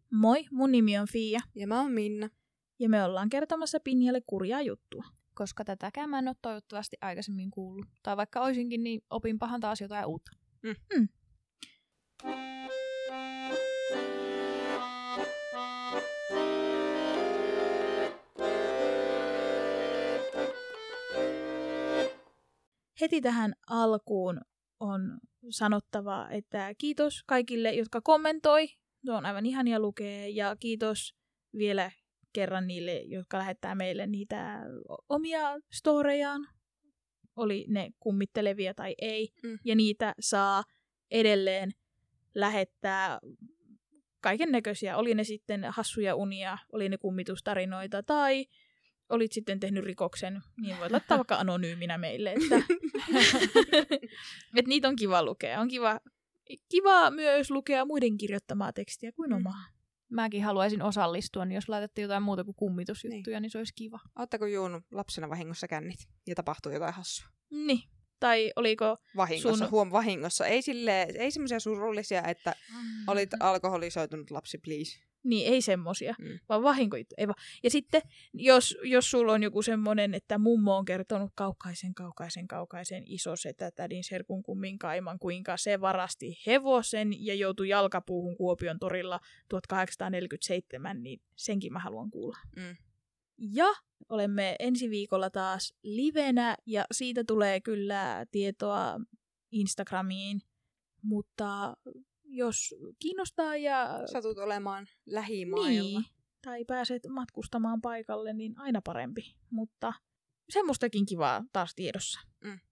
Moi, mun nimi on Fia. Ja mä oon Minna. Ja me ollaan kertomassa Pinjalle kurjaa juttua. Koska tätäkään mä en ole toivottavasti aikaisemmin kuullut. Tai vaikka oisinkin, niin opinpahan taas jotain uutta. Heti tähän alkuun on sanottava, että kiitos kaikille, jotka kommentoi. Se on aivan ihania lukea. Ja kiitos vielä kerran niille, jotka lähettää meille niitä omia storejaan. Oli ne kummittelevia tai ei. Ja niitä saa edelleen lähettää kaiken näköisiä. Oli ne sitten hassuja unia, oli ne kummitustarinoita tai olit sitten tehnyt rikoksen, niin voit laittaa vaikka anonyyminä meille. Että niitä on kiva lukea. On kiva myös lukea muiden kirjoittamaa tekstiä kuin omaa. Mäkin haluaisin osallistua, niin jos laitatte jotain muuta kuin kummitusjuttuja, niin se olisi kiva. Ootteko juonut lapsena vahingossa kännit ja tapahtuu jotain hassua? Niin. Tai oliko vahingossa, vahingossa. Ei semmoisia surullisia, että olit alkoholisoitunut lapsi, please. Niin, ei semmosia, vaan vahinkoja. Ja sitten, jos sulla on joku semmoinen, että mummo on kertonut kaukaisen isosetätädin serkun kummin kaiman, kuinka se varasti hevosen ja joutui jalkapuuhun Kuopion torilla 1847, niin senkin mä haluan kuulla. Ja olemme ensi viikolla taas livenä ja siitä tulee kyllä tietoa Instagramiin, mutta jos kiinnostaa ja satut olemaan lähimailla. Niin, tai pääset matkustamaan paikalle, niin aina parempi. Mutta semmoistakin kivaa taas tiedossa.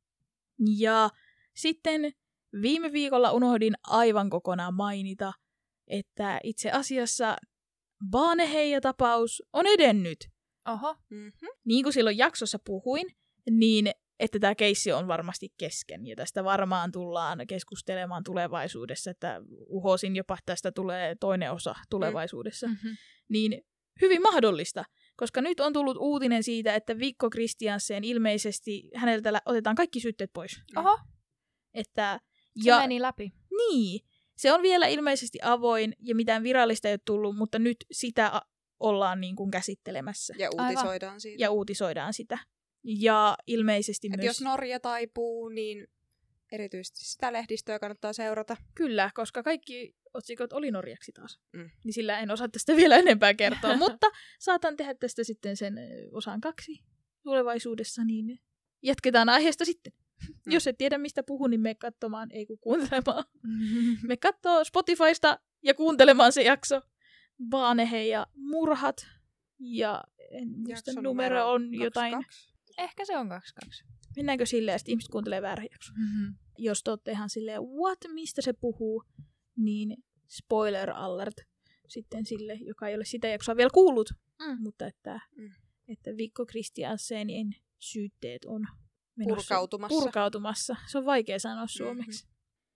Ja sitten viime viikolla unohdin aivan kokonaan mainita, että itse asiassa Baaneheija-tapaus on edennyt. Oho. Niin kuin silloin jaksossa puhuin, niin että tämä keissi on varmasti kesken. Ja tästä varmaan tullaan keskustelemaan tulevaisuudessa, että uhosin jopa, että tästä tulee toinen osa tulevaisuudessa. Niin hyvin mahdollista, koska nyt on tullut uutinen siitä, että Viggo Kristiansen ilmeisesti häneltä otetaan kaikki syytteet pois. Oho. Että, se meni läpi. Niin. Se on vielä ilmeisesti avoin ja mitään virallista ei ole tullut, mutta nyt sitä ollaan niin kuin käsittelemässä. Ja uutisoidaan siitä. Ja uutisoidaan sitä. Ja ilmeisesti myös jos Norja taipuu, niin erityisesti sitä lehdistöä kannattaa seurata. Kyllä, koska kaikki otsikot oli norjaksi taas. Niin sillä en osaa tästä vielä enempää kertoa. Mutta saatan tehdä tästä sitten sen osan 2 tulevaisuudessa, niin jatketaan aiheesta sitten. Jos et tiedä, mistä puhun, niin mene katsomaan, ei kun kuuntelemaan. Me katsoo Spotifysta ja kuuntelemaan se jakso. Baaneheija murhat. Ja en muista, numero on 22. Jotain. Ehkä se on 22. Mennäänkö silleen, että ihmiset kuuntelee väärä jakso? Jos te ootte ihan silleen, what, mistä se puhuu, niin spoiler alert sitten sille, joka ei ole sitä jaksoa vielä kuullut. Mutta että Viggo Kristiansenin syytteet on purkautumassa. Se on vaikea sanoa suomeksi.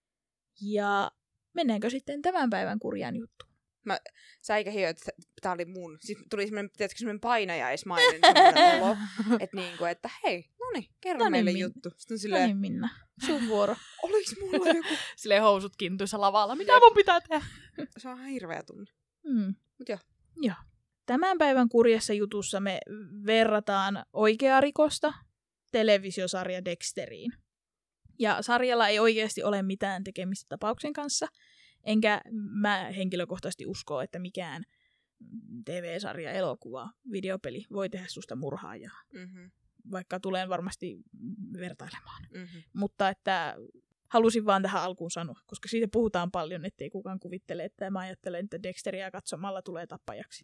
Ja mennäänkö sitten tämän päivän kurjaan juttuun? Mä säikähin jo, että tää oli mun. Sitten tuli semmoinen painajaismainen semmoinen olo. Että hei, noniin, kerro meille juttu. Sitten silleen, noniin Minna, sun vuoro. Oliks mulla joku? Silleen housut kintuissa lavalla. Mitä mun pitää tehdä? Se on hirveä tunne. Mut joo. Tämän päivän kurjassa jutussa me verrataan oikeaa rikosta televisiosarja Dexteriin. Ja sarjalla ei oikeasti ole mitään tekemistä tapauksen kanssa. Enkä mä henkilökohtaisesti usko, että mikään TV-sarja, elokuva, videopeli voi tehdä susta murhaajaa. Vaikka tulen varmasti vertailemaan. Mutta että halusin vaan tähän alkuun sanoa, koska siitä puhutaan paljon, ettei kukaan kuvittele, että mä ajattelen, että Dexteria katsomalla tulee tappajaksi.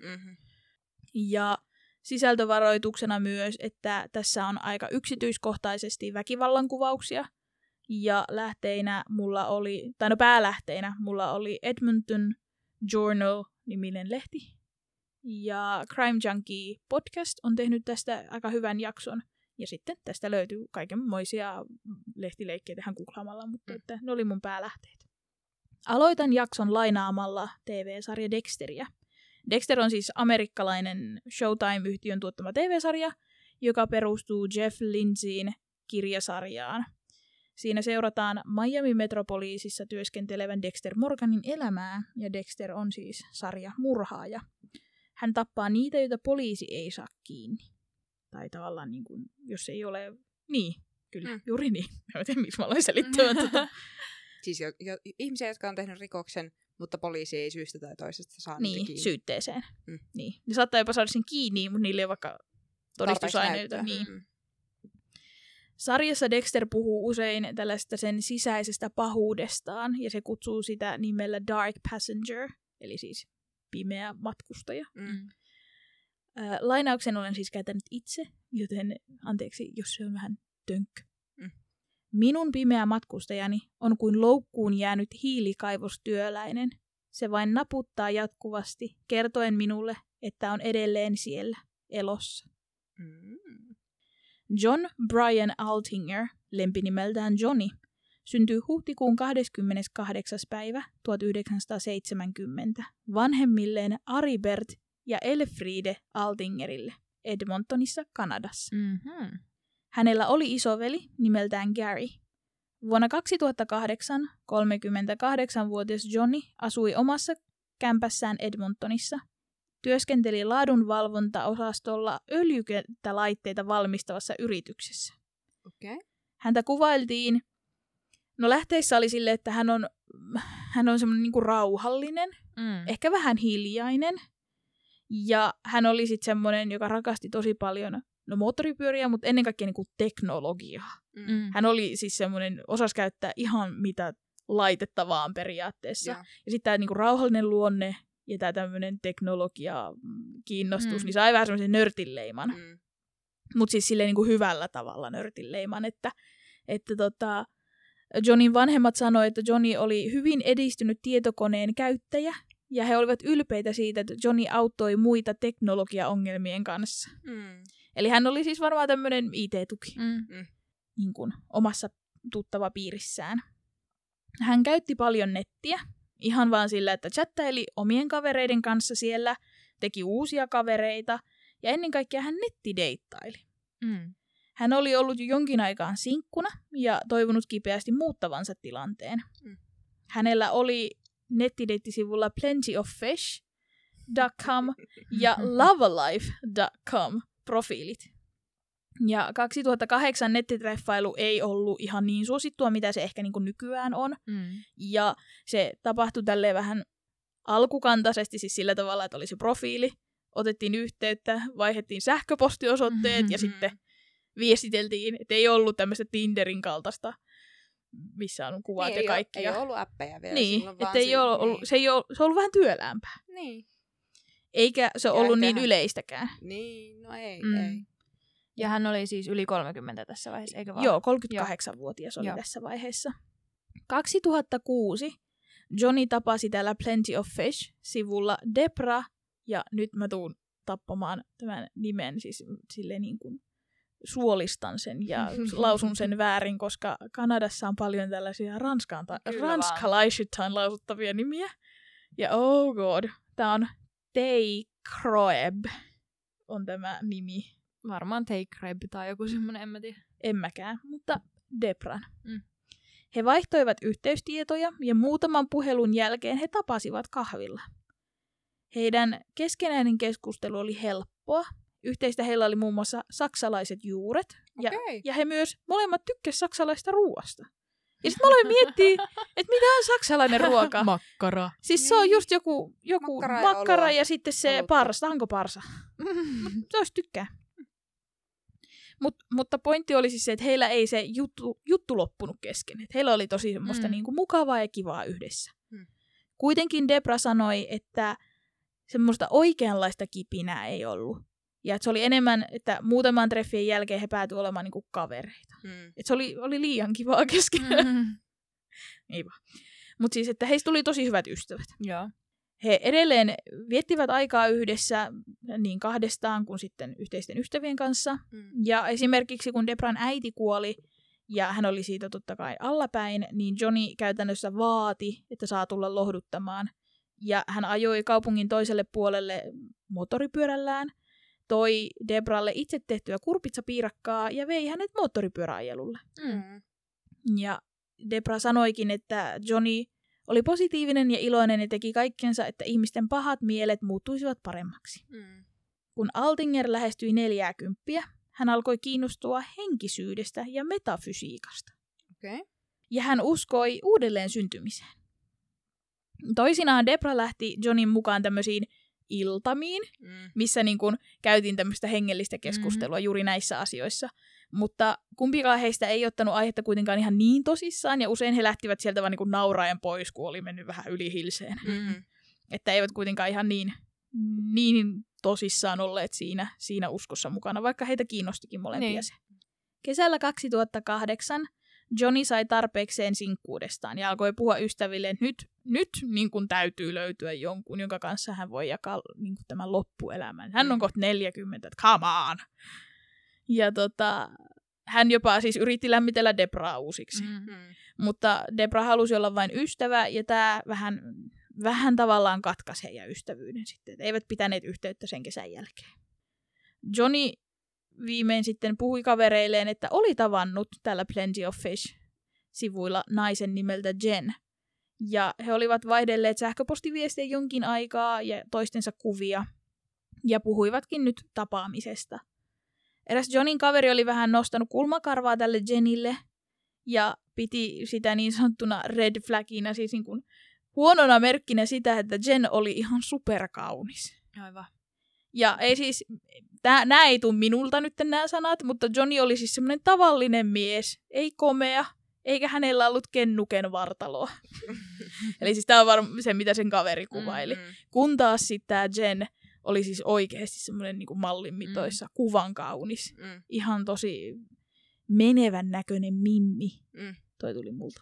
Ja sisältövaroituksena myös, että tässä on aika yksityiskohtaisesti väkivallankuvauksia. Ja päälähteinä mulla oli Edmonton Journal-niminen lehti. Ja Crime Junkie podcast on tehnyt tästä aika hyvän jakson. Ja sitten tästä löytyy kaikenmoisia lehtileikkeitä ihan googlaamalla, mutta että ne oli mun päälähteet. Aloitan jakson lainaamalla TV-sarja Dexteriä. Dexter on siis amerikkalainen Showtime-yhtiön tuottama TV-sarja, joka perustuu Jeff Lindseyin kirjasarjaan. Siinä seurataan Miami Metropoliisissa työskentelevän Dexter Morganin elämää, ja Dexter on siis sarjamurhaaja. Hän tappaa niitä, joita poliisi ei saa kiinni. Tai tavallaan, niin kuin, jos ei ole... Niin, kyllä, juuri niin. Mä en tiedä, miksi mä aloin selittämään Siis ihmisiä, jotka on tehnyt rikoksen, mutta poliisi ei syystä tai toisesta saa niitä kiinni. Syytteeseen. Niin. Ne saattaa jopa saada sen kiinni, mutta niillä ei ole vaikka todistusaineita. Niin. Sarjassa Dexter puhuu usein tällaista sen sisäisestä pahuudestaan, ja se kutsuu sitä nimellä Dark Passenger, eli siis pimeä matkustaja. Lainauksen olen siis käytänyt itse, joten anteeksi, jos se on vähän tönkkö. Minun pimeä matkustajani on kuin loukkuun jäänyt hiilikaivostyöläinen. Se vain naputtaa jatkuvasti, kertoen minulle, että on edelleen siellä, elossa. John Brian Altinger, lempinimeltään Johnny, syntyi huhtikuun 28. päivä 1970 vanhemmilleen Aribert ja Elfriede Altingerille Edmontonissa, Kanadassa. Hänellä oli isoveli nimeltään Gary. Vuonna 2008 38-vuotias Johnny asui omassa kämpässään Edmontonissa. Työskenteli laadunvalvontaosastolla öljykenttälaitteita valmistavassa yrityksessä. Häntä kuvailtiin, lähteissä oli sille, että hän on semmoinen niinku rauhallinen, ehkä vähän hiljainen. Ja hän oli sitten semmoinen, joka rakasti tosi paljon moottoripyöriä, mutta ennen kaikkea niinku teknologiaa. Hän oli siis semmoinen, osasi käyttää ihan mitä laitetta vaan periaatteessa. Ja sitten tämä niinku rauhallinen luonne ja tämä tämmöinen teknologia-kiinnostus, niin sai vähän semmoisen nörtinleiman. Mutta siis silleen niinku hyvällä tavalla nörtinleiman, että Johnin vanhemmat sanoivat, että Johnny oli hyvin edistynyt tietokoneen käyttäjä, ja he olivat ylpeitä siitä, että Johnny auttoi muita teknologiaongelmien kanssa. Eli hän oli siis varmaan tämmöinen IT-tuki niin kuin omassa tuttavapiirissään. Hän käytti paljon nettiä, ihan vaan sillä, että chattaili omien kavereiden kanssa siellä, teki uusia kavereita, ja ennen kaikkea hän nettideittaili. Hän oli ollut jo jonkin aikaan sinkkuna ja toivonut kipeästi muuttavansa tilanteen. Hänellä oli nettideittisivulla plentyoffish.com ja lovealife.com profiilit. Ja 2008 nettitreffailu ei ollut ihan niin suosittua, mitä se ehkä niin kuin nykyään on. Ja se tapahtui tälleen vähän alkukantaisesti, siis sillä tavalla, että oli se profiili, otettiin yhteyttä, vaihdettiin sähköpostiosoitteet ja sitten viestiteltiin, että ei ollut tämmöistä Tinderin kaltaista, missä on kuvat ja kaikkia. Ei ollut appeja vielä. Niin, että ei ollut, se on ollut vähän työläämpää. Niin. Eikä se ollut niin yleistäkään. Niin, no ei. Ja hän oli siis yli 30 tässä vaiheessa, eikö vaan? Joo, 38-vuotias oli tässä vaiheessa. 2006 Johnny tapasi täällä Plenty of Fish-sivulla Debra, ja nyt mä tuun tappamaan tämän nimen, siis silleen niin kuin suolistan sen ja lausun sen väärin, koska Kanadassa on paljon tällaisia ranskalaisittain lausuttavia nimiä. Ja oh god, tää on Tay Kroeb on tämä nimi. Varmaan Tay Kroeb tai joku semmoinen, en mä tiedä. En mäkään, mutta Debran. He vaihtoivat yhteystietoja ja muutaman puhelun jälkeen he tapasivat kahvilla. Heidän keskenäinen keskustelu oli helppoa. Yhteistä heillä oli muun muassa saksalaiset juuret. Ja he myös molemmat tykkäsivät saksalaista ruoasta. Ja sitten mä aloin miettiä, että mitä on saksalainen ruoka. Makkara. Siis se on just joku makkara ja sitten se parsa. Onko parsa? Se olisi tykkää. Mutta pointti oli siis se, että heillä ei se juttu loppunut kesken. Että heillä oli tosi semmoista niinku mukavaa ja kivaa yhdessä. Kuitenkin Debra sanoi, että semmoista oikeanlaista kipinää ei ollut. Ja että se oli enemmän, että muutaman treffien jälkeen he päätyi olemaan niinku kavereita. Että se oli liian kivaa keskenään. Niinpä. Mutta siis, että heistä tuli tosi hyvät ystävät. Joo. He edelleen viettivät aikaa yhdessä niin kahdestaan kuin sitten yhteisten ystävien kanssa. Ja esimerkiksi kun Debran äiti kuoli, ja hän oli siitä totta kai allapäin, niin Johnny käytännössä vaati, että saa tulla lohduttamaan. Ja hän ajoi kaupungin toiselle puolelle moottoripyörällään, toi Debralle itse tehtyä kurpitsapiirakkaa ja vei hänet moottoripyöräajelulle. Ja Debra sanoikin, että Johnny oli positiivinen ja iloinen ja teki kaikkensa, että ihmisten pahat mielet muuttuisivat paremmaksi. Kun Altinger lähestyi 40, hän alkoi kiinnostua henkisyydestä ja metafysiikasta. Okay. Ja hän uskoi uudelleen syntymiseen. Toisinaan Debra lähti Johnin mukaan tämmöisiin iltamiin, missä niin kun käytiin tämmöistä hengellistä keskustelua juuri näissä asioissa. Mutta kumpikaan heistä ei ottanut aihetta kuitenkaan ihan niin tosissaan, ja usein he lähtivät sieltä vaan niin kuin nauraen pois, kun oli mennyt vähän yli hilseen. Että eivät kuitenkaan ihan niin tosissaan olleet siinä uskossa mukana, vaikka heitä kiinnostikin molempia se. Kesällä 2008 Johnny sai tarpeekseen sinkkuudestaan ja alkoi puhua ystäville, että nyt niin kuin täytyy löytyä jonkun, jonka kanssa hän voi jakaa niin kuin tämän loppuelämän. Hän on kohta 40, että come on! Ja hän jopa siis yritti lämmitellä Debraa uusiksi. Mutta Debra halusi olla vain ystävä, ja tämä vähän tavallaan katkaisi heidän ystävyyden sitten. Et eivät pitäneet yhteyttä sen kesän jälkeen. Johnny viimein sitten puhui kavereilleen, että oli tavannut tällä Plenty of Fish-sivuilla naisen nimeltä Jen. Ja he olivat vaihdelleet sähköpostiviestejä jonkin aikaa ja toistensa kuvia. Ja puhuivatkin nyt tapaamisesta. Eräs Johnin kaveri oli vähän nostanut kulmakarvaa tälle Jenille ja piti sitä niin sanottuna red flagina, siis niin kuin huonona merkkinä sitä, että Jen oli ihan superkaunis. Aivan. Ja ei siis, nämä ei tule minulta nyt nämä sanat, mutta Johnny oli siis semmoinen tavallinen mies, ei komea, eikä hänellä ollut kennuken vartaloa. Eli siis tämä on se, mitä sen kaveri kuvaili. Kun taas sitten tämä Jen oli siis oikeasti semmoinen niin kuin mallin mitoissa, kuvan kaunis. Ihan tosi menevän näköinen mimmi. Toi tuli multa.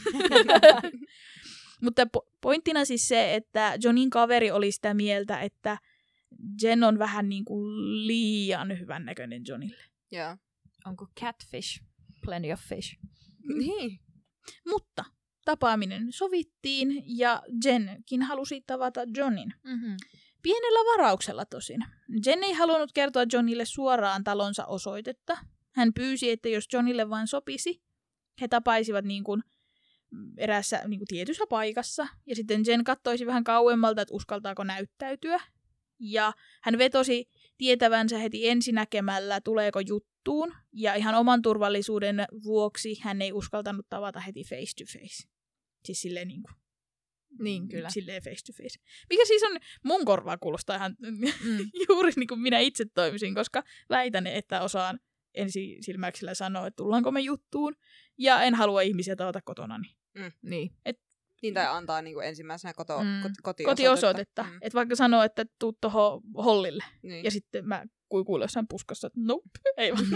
Mutta pointtina siis se, että Johnin kaveri oli sitä mieltä, että Jen on vähän niin kuin liian hyvän näköinen Johnille. Yeah. Onko catfish plenty of fish? Niin. Mutta tapaaminen sovittiin ja Jenkin halusi tavata Johnin. Pienellä varauksella tosin. Jen ei halunnut kertoa Johnille suoraan talonsa osoitetta. Hän pyysi, että jos Johnille vain sopisi, he tapaisivat niin kuin eräässä niin kuin tietyssä paikassa. Ja sitten Jen katsoisi vähän kauemmalta, että uskaltaako näyttäytyä. Ja hän vetosi tietävänsä heti ensinäkemällä, tuleeko juttuun. Ja ihan oman turvallisuuden vuoksi hän ei uskaltanut tavata heti face to face. Siis silleen niin kyllä. Silleen face to face. Mikä siis on, mun korvaa kuulostaa ihan juuri niin kuin minä itse toimisin, koska väitän, että osaan ensisilmäyksellä sanoa, että tullaanko me juttuun. Ja en halua ihmisiä tavata kotonani. Niin. Niin, tai antaa niin kuin ensimmäisenä kotiosoitetta. Että vaikka sanoo, että tuu tohon hollille. Niin. Ja sitten mä kuulen jossain puskassa, että nope, ei vaan.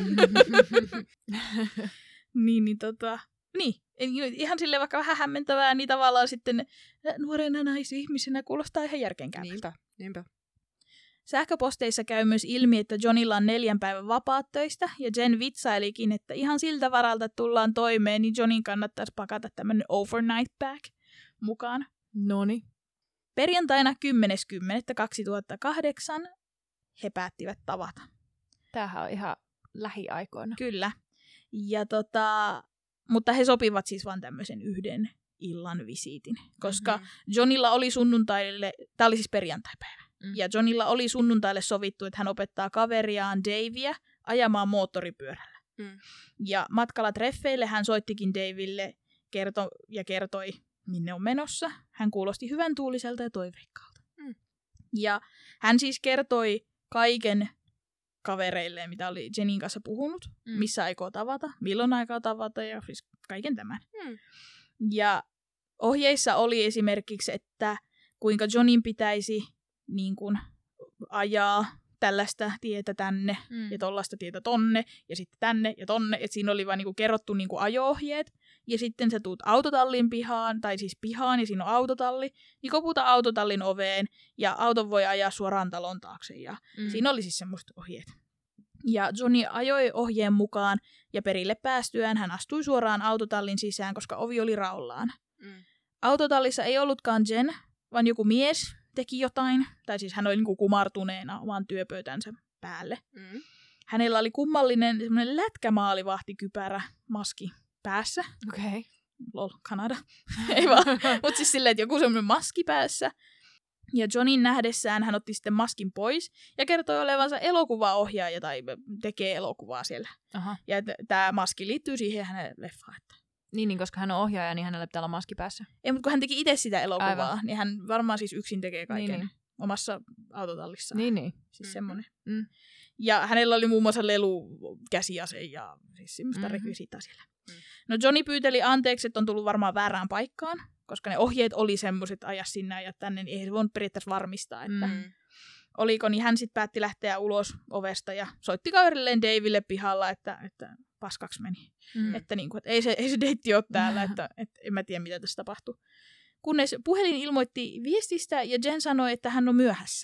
Niin, ihan silleen vaikka vähän hämmentävää, niin tavallaan sitten nuorena naisihmisenä kuulostaa ihan järkeenkäyvältä. Niinpä. Sähköposteissa käy myös ilmi, että Johnilla on 4 päivän vapaat töistä, ja Jen vitsailikin, että ihan siltä varalta, että tullaan toimeen, niin Johnin kannattaisi pakata tämmöinen overnight bag mukaan. Noni. Perjantaina 10.10.2008 he päättivät tavata. Tämähän on ihan lähiaikoina. Kyllä. Ja mutta he sopivat siis vain tämmöisen yhden illan visiitin, koska Johnilla oli sunnuntaille, tämä oli siis perjantaipäivä, ja Johnilla oli sunnuntaille sovittu, että hän opettaa kaveriaan Davia ajamaan moottoripyörällä. Ja matkalla treffeille hän soittikin Daville kertoi, minne on menossa. Hän kuulosti hyvän tuuliselta ja toiveikkaalta. Ja hän siis kertoi kaiken kavereilleen, mitä oli Jenin kanssa puhunut, missä aikoo tavata, milloin aikoo tavata ja siis kaiken tämän. Ja ohjeissa oli esimerkiksi, että kuinka Johnin pitäisi niin kuin ajaa tällaista tietä tänne ja tollaista tietä tonne ja sitten tänne ja tonne. Et siinä oli vain niin kuin kerrottu niin kuin ajo-ohjeet. Ja sitten sä tuut autotallin pihaan, tai siis pihaan, ja siinä on autotalli. Niin koputa autotallin oveen, ja auton voi ajaa suoraan talon taakse. Ja siinä oli siis semmoista ohjeet. Ja Johnny ajoi ohjeen mukaan, ja perille päästyään hän astui suoraan autotallin sisään, koska ovi oli raollaan. Autotallissa ei ollutkaan Jen, vaan joku mies teki jotain. Tai siis hän oli niin kuin kumartuneena oman työpöytänsä päälle. Hänellä oli kummallinen semmoinen lätkämaalivahtikypärä, maski päässä. Okei. Okay. Lol, Kanada. Ei vaan. Mutta siis silleen, että joku semmoinen maski päässä. Ja Johnin nähdessään hän otti sitten maskin pois ja kertoi olevansa elokuvaohjaaja tai tekee elokuvaa siellä. Aha. Ja tämä maski liittyy siihen hänen leffaan. Niin, koska hän on ohjaaja, niin hänellä pitää olla maski päässä. Ei, mutta kun hän teki itse sitä elokuvaa, Aivan. niin hän varmaan siis yksin tekee kaiken Niin. omassa autotallissaan. Niin. Siis semmoinen. Mm. Ja hänellä oli muun muassa lelukäsiase ja siis semmoista rekvisiittaa siellä. No Johnny pyyteli anteeksi, että on tullut varmaan väärään paikkaan, koska ne ohjeet oli semmoiset aja sinne ja tänne, niin ei se voinut periaatteessa varmistaa, että oliko, niin hän sitten päätti lähteä ulos ovesta ja soitti kaverilleen Daville pihalla, että paskaksi meni. Että, niin kuin, että ei se deitti ole täällä, että en mä tiedä mitä tässä tapahtuu. Kunnes puhelin ilmoitti viestistä ja Jen sanoi, että hän on myöhässä.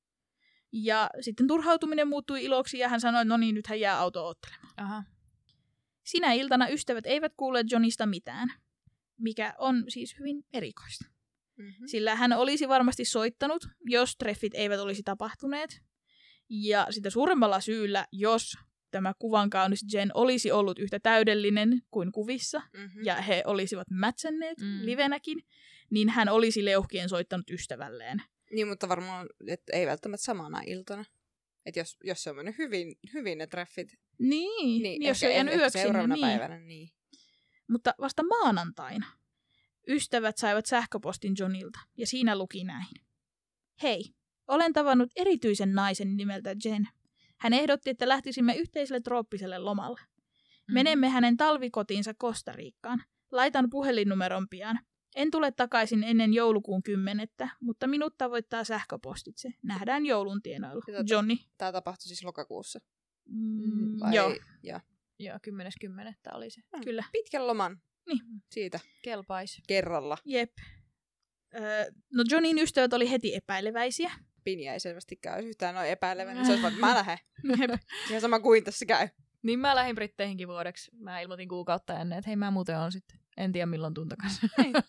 Ja sitten turhautuminen muuttui iloksi ja hän sanoi, että no niin, nyt hän jää autoon ottelemaan. Aha. Sinä iltana ystävät eivät kuule Johnista mitään, mikä on siis hyvin erikoista. Sillä hän olisi varmasti soittanut, jos treffit eivät olisi tapahtuneet. Ja sitä suuremmalla syyllä, jos tämä kuvan kaunis Jen olisi ollut yhtä täydellinen kuin kuvissa, ja he olisivat mätsänneet livenäkin, niin hän olisi leuhkien soittanut ystävälleen. Niin, mutta varmaan että ei välttämättä samana iltana. Että jos se on mennyt hyvin ne treffit. Niin jos se on jäänyt yöksi seuraavana sinne, päivänä, niin. Mutta vasta maanantaina ystävät saivat sähköpostin Johnilta, ja siinä luki näin. Hei, olen tavannut erityisen naisen nimeltä Jen. Hän ehdotti, että lähtisimme yhteiselle trooppiselle lomalle. Menemme hänen talvikotiinsa Kostarikkaan. Laitan puhelinnumeron pian. En tule takaisin ennen joulukuun 10, mutta minut tavoittaa sähköpostitse. Nähdään joulun tienoilla. Johnny. Tämä tapahtui siis lokakuussa. Joo. Joo, 10.10. oli se. Kyllä. Pitkän loman. Niin. Siitä. Kelpais. Kerralla. Jep. No Johnin ystävät oli heti epäileväisiä. Pinja ei selvästikään yhtään noin epäilevä, niin se olisi vaan, että mä lähden. Ihan sama kuin tässä käy. Niin mä lähdin Britteihinkin vuodeksi. Mä ilmoitin kuukautta ennen, että hei mä muuten on sitten. En tiedä milloin tuun takaisin.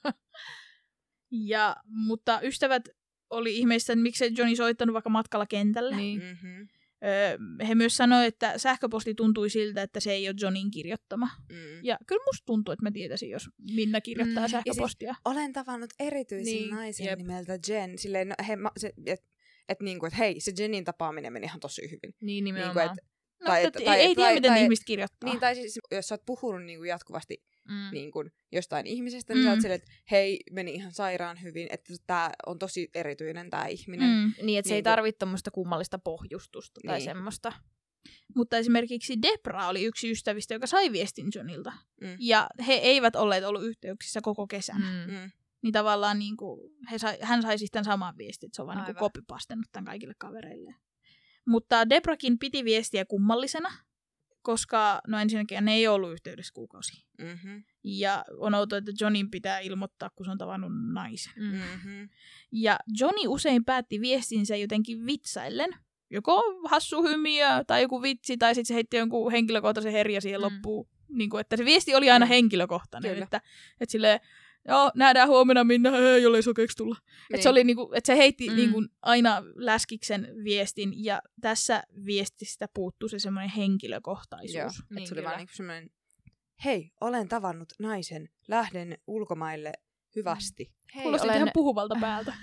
Mutta ystävät oli ihmeissään, että miksei Johnny soittanut vaikka matkalla kentälle. Niin. He myös sanoivat, että sähköposti tuntui siltä, että se ei ole Johnin kirjoittama. Ja kyllä musta tuntuu, että mä tietäisin, jos Minna kirjoittaa sähköpostia. Siis, olen tavannut erityisen naisen nimeltä Jen. Silleen, no, että hei, se Jenin tapaaminen meni ihan tosi hyvin. Niin nimenomaan. Ei tiedä, miten ihmiset kirjoittaa. Niin, tai siis, jos sä oot puhunut niin kuin jatkuvasti niin kuin jostain ihmisestä, niin sä oot silleen, että hei, meni ihan sairaan hyvin, että tää on tosi erityinen tää ihminen. Niin, että se ei tarvitse tommoista kummallista pohjustusta tai semmoista. Mutta esimerkiksi Debra oli yksi ystävistä, joka sai viestin Johnilta. Ja he eivät olleet ollut yhteyksissä koko kesän. Niin tavallaan niin kuin, hän sai siis tämän saman viestin, että se on vaan niin copypastannut tämän kaikille kavereille. Mutta Debrakin piti viestiä kummallisena, koska no ensinnäkin ne ei ollut yhteydessä kuukausi. Ja on outoa, että Johnin pitää ilmoittaa, kun se on tavannut naisen. Ja Johnny usein päätti viestinsä jotenkin vitsaillen. Joko hassu hymiö tai joku vitsi, tai sitten se heitti jonkun henkilökohtaisen herja siihen loppuun. Niin kuin, että se viesti oli aina henkilökohtainen. Että silleen, joo, nähdään huomenna Minna, jollei sokeeksi tulla. Niin. Että se oli niinku, että se heitti niinku aina läskiksen viestin, ja tässä viestistä puuttui se semmoinen henkilökohtaisuus. Joo, että se oli vaan niinku semmoinen, hei, olen tavannut naisen, lähden ulkomaille hyvästi. Kuulosti ihan puhuvalta päältä.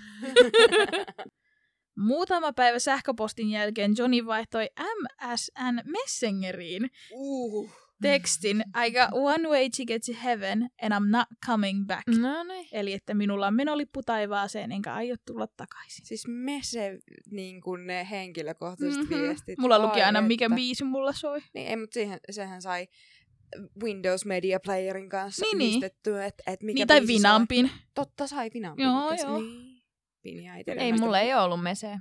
Muutama päivä sähköpostin jälkeen Johnny vaihtoi MSN Messengeriin. Tekstin, I got one way to get to heaven and I'm not coming back. No niin. Eli että minulla on menolippu taivaaseen enkä aio tulla takaisin. Siis se niin kuin ne henkilökohtaiset viestit. Mulla luki aina mikä biisi mulla soi. Niin, mutta sehän sai Windows Media Playerin kanssa yhdistettyä, että mikä niin, tai Vinampin. Totta, sai Vinampin. Joo. Niin. Ei, mulla ei ole ollut Mese.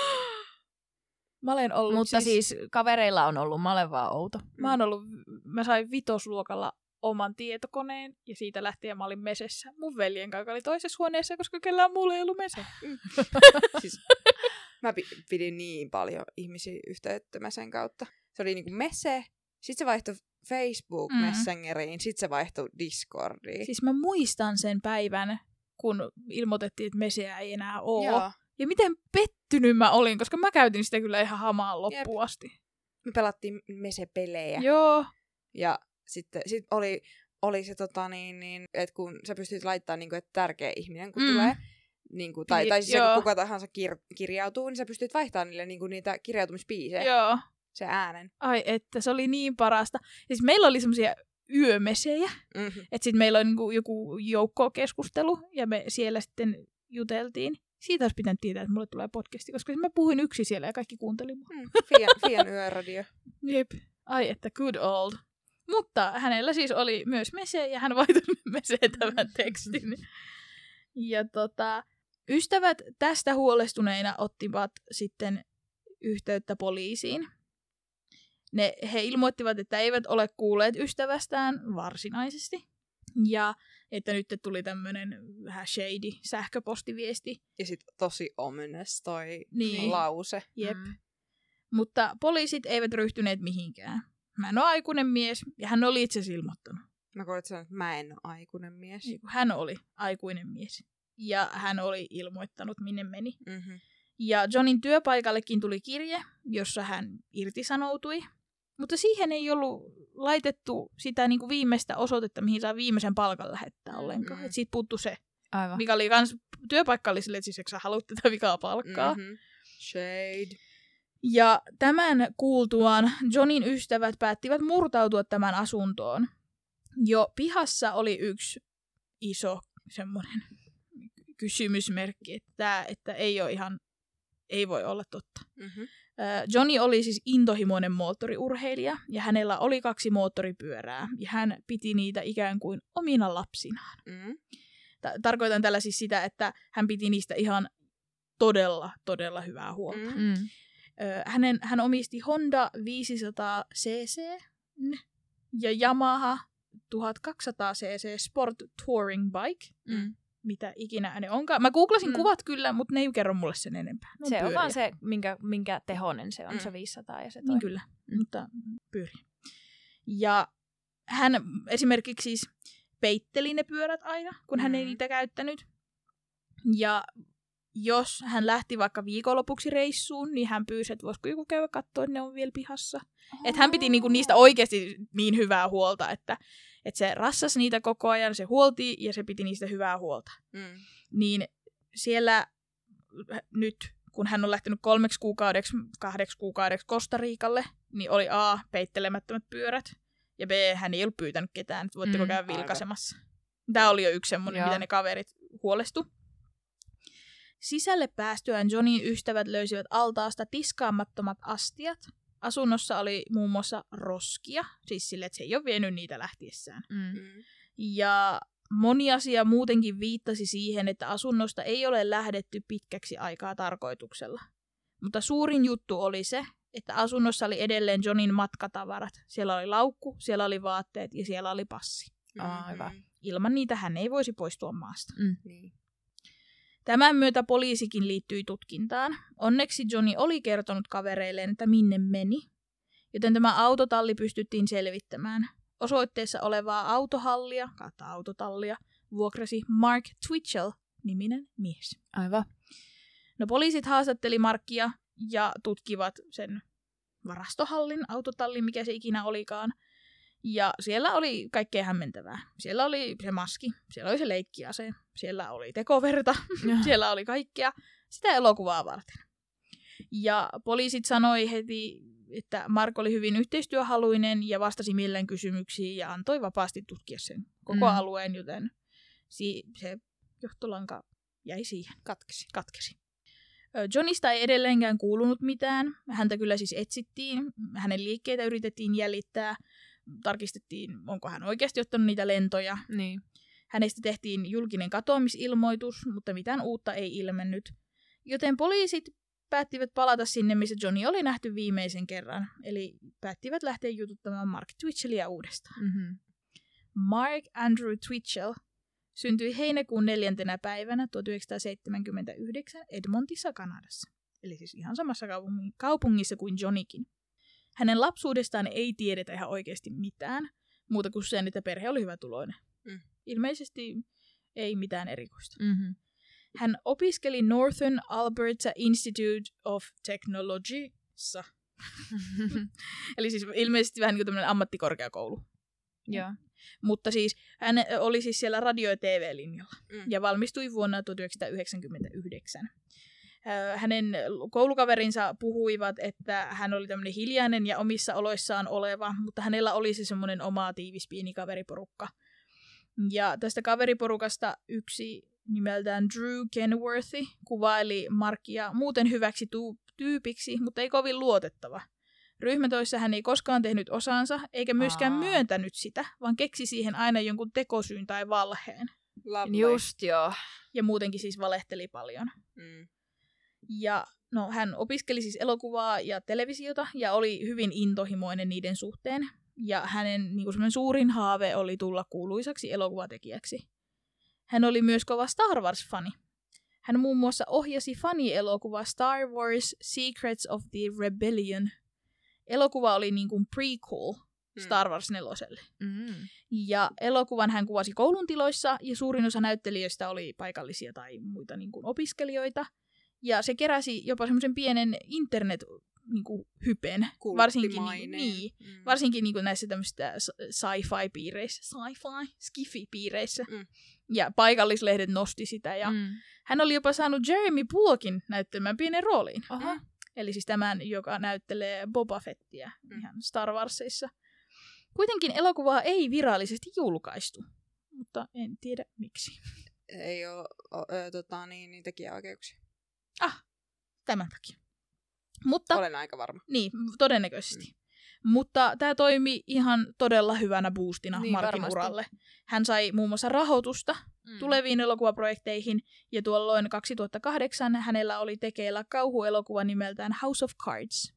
Mä olen ollut mutta siis kavereilla on ollut, mä olen vaan outo. Mä sain vitosluokalla oman tietokoneen ja siitä lähtien mä olin Mesessä mun veljen kanssa, joka oli toisessa huoneessa, koska kellään mulla ei ollut Mese. Siis, mä pidin niin paljon ihmisiä yhteyttä Mesen kautta. Se oli niinku Mese, sit se vaihtoi Facebook Messengeriin, sit se vaihtoi Discordiin. Siis mä muistan sen päivän, kun ilmoitettiin, että Meseä ei enää ole. Joo. Ja miten pettynyt mä olin, koska mä käytin sitä kyllä ihan hamaan loppuun asti. Me pelattiin Mese-pelejä. Joo. Ja sitten oli oli se, että kun sä pystyt laittamaan, niin kuin, että tärkeä ihminen, kun tulee, niin kuin, tai siis kun kuka tahansa kirjautuu, niin sä pystyt vaihtamaan niille niin kuin, niitä kirjautumispiisejä. Joo. Se äänen. Ai että, se oli niin parasta. Siis meillä oli semmoisia yömesejä, että sitten meillä oli niinku joku joukkokeskustelu, ja me siellä sitten juteltiin. Siitä olisi pitänyt tietää, että mulle tulee podcasti, koska mä puhuin yksin siellä ja kaikki kuunteli mua. Fian yöradio. Jep. Ai että, good old. Mutta hänellä siis oli myös mese, ja hän vaihtoi meseen tämän tekstin. Ja ystävät tästä huolestuneina ottivat sitten yhteyttä poliisiin. He ilmoittivat, että eivät ole kuulleet ystävästään varsinaisesti. Ja että nyt tuli tämmöinen vähän shady sähköpostiviesti. Ja sitten tosi ominous toi niin. lause. Jep. Mutta poliisit eivät ryhtyneet mihinkään. Mä en ole aikuinen mies, ja hän oli itse ilmoittanut. Mä kuulen, että mä en ole aikuinen mies. Hän oli aikuinen mies. Ja hän oli ilmoittanut, minne meni. Mm-hmm. Ja Johnin työpaikallekin tuli kirje, jossa hän irtisanoutui. Mutta siihen ei ollut laitettu sitä niin kuin viimeistä osoitetta, mihin saa viimeisen palkan lähettää ollenkaan. Mm-hmm. Että siitä puuttui se. Aivan. Mikä oli kans työpaikka oli silleen, että siis eikö sä haluat tätä vikaa palkkaa. Mm-hmm. Shade. Ja tämän kuultuaan Johnin ystävät päättivät murtautua tämän asuntoon. Jo pihassa oli yksi iso semmoinen kysymysmerkki, että ei voi olla totta. Mm-hmm. Johnny oli siis intohimoinen moottoriurheilija, ja hänellä oli 2 moottoripyörää, ja hän piti niitä ikään kuin omina lapsinaan. Mm-hmm. Tarkoitan tällä siis sitä, että hän piti niistä ihan todella, todella hyvää huolta. Mm. Hän omisti Honda 500cc ja Yamaha 1200cc Sport Touring Bike. Mitä ikinä ne onkaan. Mä googlasin kuvat kyllä, mutta ne ei kerro mulle sen enempää. Se pyöriä. On vaan se, minkä tehonen se on, se 500 ja se toi. Niin kyllä, mutta pyöriä. Ja hän esimerkiksi siis peitteli ne pyörät aina, kun hän ei niitä käyttänyt. Ja jos hän lähti vaikka viikonlopuksi reissuun, niin hän pyysi, että voisiko joku käydä katsoa, että ne on vielä pihassa. Että hän piti niinku niistä oikeasti niin hyvää huolta, että se rassasi niitä koko ajan, se huolti ja se piti niistä hyvää huolta. Niin siellä nyt, kun hän on lähtenyt 3 kuukaudeksi, 8 kuukaudeksi Costa Ricalle, niin oli A, peittelemättömät pyörät, ja B, hän ei ollut pyytänyt ketään, että voitteko käydä vilkaisemassa. Tämä oli jo yksi semmoinen, mitä ne kaverit huolestu. Sisälle päästyään Johnin ystävät löysivät altaasta tiskaamattomat astiat. Asunnossa oli muun muassa roskia, siis sille, että se ei ole vienyt niitä lähtiessään. Ja moni asia muutenkin viittasi siihen, että asunnosta ei ole lähdetty pitkäksi aikaa tarkoituksella. Mutta suurin juttu oli se, että asunnossa oli edelleen Johnin matkatavarat. Siellä oli laukku, siellä oli vaatteet ja siellä oli passi. Aivan. Ilman niitä hän ei voisi poistua maasta. Niin. Tämän myötä poliisikin liittyi tutkintaan. Onneksi Johnny oli kertonut kavereilleen, että minne meni, joten tämä autotalli pystyttiin selvittämään. Osoitteessa olevaa autotallia vuokrasi Mark Twitchell-niminen mies. Aivan. No poliisit haastatteli Markia ja tutkivat sen varastohallin, autotallin, mikä se ikinä olikaan. Ja siellä oli kaikkea hämmentävää. Siellä oli se maski, siellä oli se leikkiase, siellä oli tekoverta, siellä oli kaikkea sitä elokuvaa varten. Ja poliisit sanoi heti, että Mark oli hyvin yhteistyöhaluinen ja vastasi milleen kysymyksiin ja antoi vapaasti tutkia sen koko alueen, joten se johtolanka jäi siihen. Katkesi. Johnista ei edelleenkään kuulunut mitään. Häntä kyllä siis etsittiin. Hänen liikkeitä yritettiin jäljittää. Tarkistettiin, onko hän oikeasti ottanut niitä lentoja. Niin. Hänestä tehtiin julkinen katoamisilmoitus, mutta mitään uutta ei ilmennyt. Joten poliisit päättivät palata sinne, missä Johnny oli nähty viimeisen kerran. Eli päättivät lähteä jututtamaan Mark Twitchellia uudestaan. Mm-hmm. Mark Andrew Twitchell syntyi heinäkuun 4. päivänä 1979 Edmontissa, Kanadassa. Eli siis ihan samassa kaupungissa kuin Johnnykin. Hänen lapsuudestaan ei tiedetä ihan oikeasti mitään, muuta kuin sen, että perhe oli hyvätuloinen. Ilmeisesti ei mitään erikoista. Mm-hmm. Hän opiskeli Northern Alberta Institute of Technologyssa. Eli siis ilmeisesti vähän niin kuin tämmöinen ammattikorkeakoulu. Joo. Mutta siis hän oli siis siellä radio- ja TV-linjalla ja valmistui vuonna 1999. Hänen koulukaverinsa puhuivat, että hän oli tämmöinen hiljainen ja omissa oloissaan oleva, mutta hänellä oli se semmoinen oma tiivis pieni kaveriporukka. Ja tästä kaveriporukasta yksi nimeltään Drew Kenworthy kuvaili Markia muuten hyväksi tyypiksi, mutta ei kovin luotettava. Ryhmätöissä hän ei koskaan tehnyt osaansa, eikä myöskään myöntänyt sitä, vaan keksi siihen aina jonkun tekosyyn tai valheen. Lovely. Just joo. Ja muutenkin siis valehteli paljon. Ja no, hän opiskeli siis elokuvaa ja televisiota ja oli hyvin intohimoinen niiden suhteen. Ja hänen niin kuin suurin haave oli tulla kuuluisaksi elokuvatekijäksi. Hän oli myös kova Star Wars-fani. Hän muun muassa ohjasi fanielokuva Star Wars Secrets of the Rebellion. Elokuva oli niin kuin prequel Star Wars 4:lle. Ja elokuvan hän kuvasi koulun tiloissa ja suurin osa näyttelijöistä oli paikallisia tai muita niin kuin opiskelijoita. Ja se keräsi jopa semmoisen pienen internet-hypen, varsinkin niin näissä tämmöisissä sci-fi-piireissä, skifi-piireissä. Ja paikallislehdet nosti sitä. Ja hän oli jopa saanut Jeremy Bulkin näyttämään pienen rooliin. Eli siis tämän, joka näyttelee Boba Fettiä ihan Star Warsissa. Kuitenkin elokuvaa ei virallisesti julkaistu, mutta en tiedä miksi. Ei ole niin tekijäoikeuksia. Tämän takia. Mutta, olen aika varma. Niin, todennäköisesti. Mutta tämä toimi ihan todella hyvänä boostina Markin uralle. Hän sai muun muassa rahoitusta tuleviin elokuvaprojekteihin, ja tuolloin 2008 hänellä oli tekeillä kauhuelokuva nimeltään House of Cards.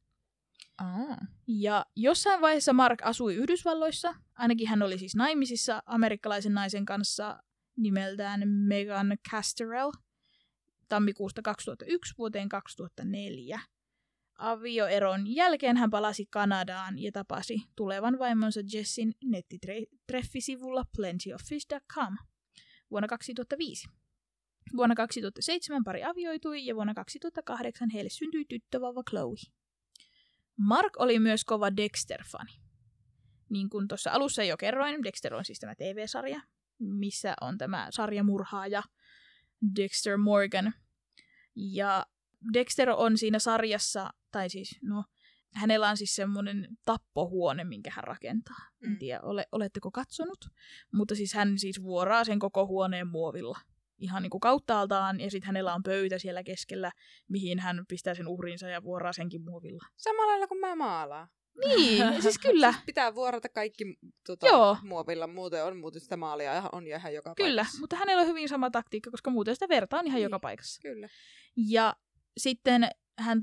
Ja jossain vaiheessa Mark asui Yhdysvalloissa, ainakin hän oli siis naimisissa amerikkalaisen naisen kanssa nimeltään Megan Casterell tammikuusta 2001 vuoteen 2004. Avioeron jälkeen hän palasi Kanadaan ja tapasi tulevan vaimonsa Jessin nettitreffisivulla plentyoffish.com vuonna 2005. Vuonna 2007 pari avioitui ja vuonna 2008 heille syntyi tyttövauva Chloe. Mark oli myös kova Dexter-fani. Niin kuin tuossa alussa jo kerroin, Dexter on siis tämä TV-sarja, missä on tämä sarjamurhaaja Dexter Morgan. Ja Dexter on siinä sarjassa, tai siis hänellä on siis semmoinen tappohuone, minkä hän rakentaa. En tiedä, oletteko katsonut? Mutta siis hän siis vuoraa sen koko huoneen muovilla. Ihan niin kuin kauttaaltaan, ja sitten hänellä on pöytä siellä keskellä, mihin hän pistää sen uhrinsa ja vuoraa senkin muovilla. Samalla lailla kuin mä maalaan. Niin, siis kyllä. Siis pitää vuorata kaikki muovilla, muuten sitä maalia on ihan joka paikassa. Kyllä, mutta hänellä on hyvin sama taktiikka, koska muuten sitä verta on ihan joka paikassa. Kyllä. Ja sitten hän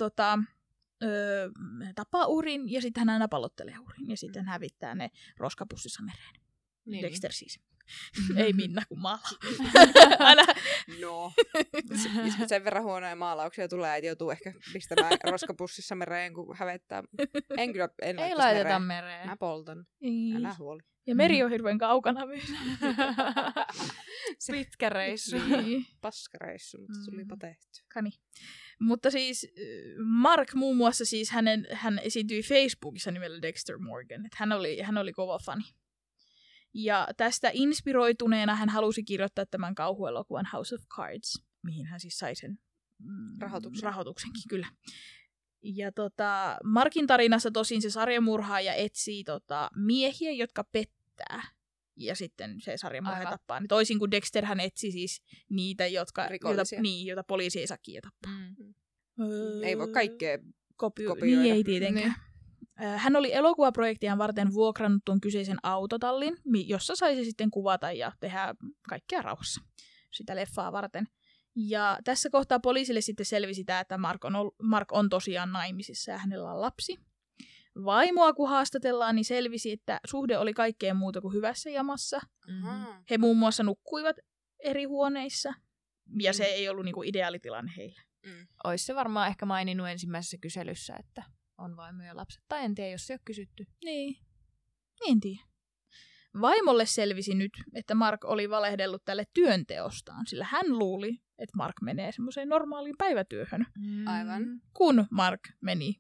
tappaa uhrin, ja sitten hän aina pallottelee uhrin, ja sitten hävittää ne roskapussissa mereen. Niin. Dexter siis. Ei Minna, kun maalaa. No. Sen verran huonoja maalauksia tulee, että joutuu ehkä pistämään roskapussissa mereen, kun hävettää. Ei laiteta mereen. Mä poltan. Älä huoli. Ja meri on hirveän kaukana myös. Pitkä reissu. Niin. Paskareissu, mutta tulipa tehty. Kani. Mutta siis Mark muun muassa siis hän esiintyi Facebookissa nimellä Dexter Morgan. Että hän oli kova fani. Ja tästä inspiroituneena hän halusi kirjoittaa tämän kauhuelokuvan House of Cards, mihin hän siis sai sen rahoituksenkin, kyllä. Ja Markin tarinassa tosin se sarjamurhaaja etsii miehiä, jotka pettää. Ja sitten se sarjamurhaaja tappaa. Niin toisin kuin Dexter hän etsi siis niitä, joita poliisi ei saa tappaa. Ei voi kaikkea kopioida. Niin ei tietenkään. Hän oli elokuvaprojektiaan varten vuokrannut tuon kyseisen autotallin, jossa saisi sitten kuvata ja tehdä kaikkea rauhassa sitä leffaa varten. Ja tässä kohtaa poliisille sitten selvisi tämä, että Mark on tosiaan naimisissa ja hänellä on lapsi. Vaimoa kun haastatellaan, niin selvisi, että suhde oli kaikkea muuta kuin hyvässä jamassa. He muun muassa nukkuivat eri huoneissa ja se ei ollut niinku ideaalitilanne heille. Ois se varmaan ehkä maininnut ensimmäisessä kyselyssä, että on vaimo ja lapset. Tai en tiedä, jos se ei ole kysytty. Niin. En tiedä. Vaimolle selvisi nyt, että Mark oli valehdellut tälle työnteostaan, sillä hän luuli, että Mark menee semmoiseen normaaliin päivätyöhön. Aivan. Kun Mark meni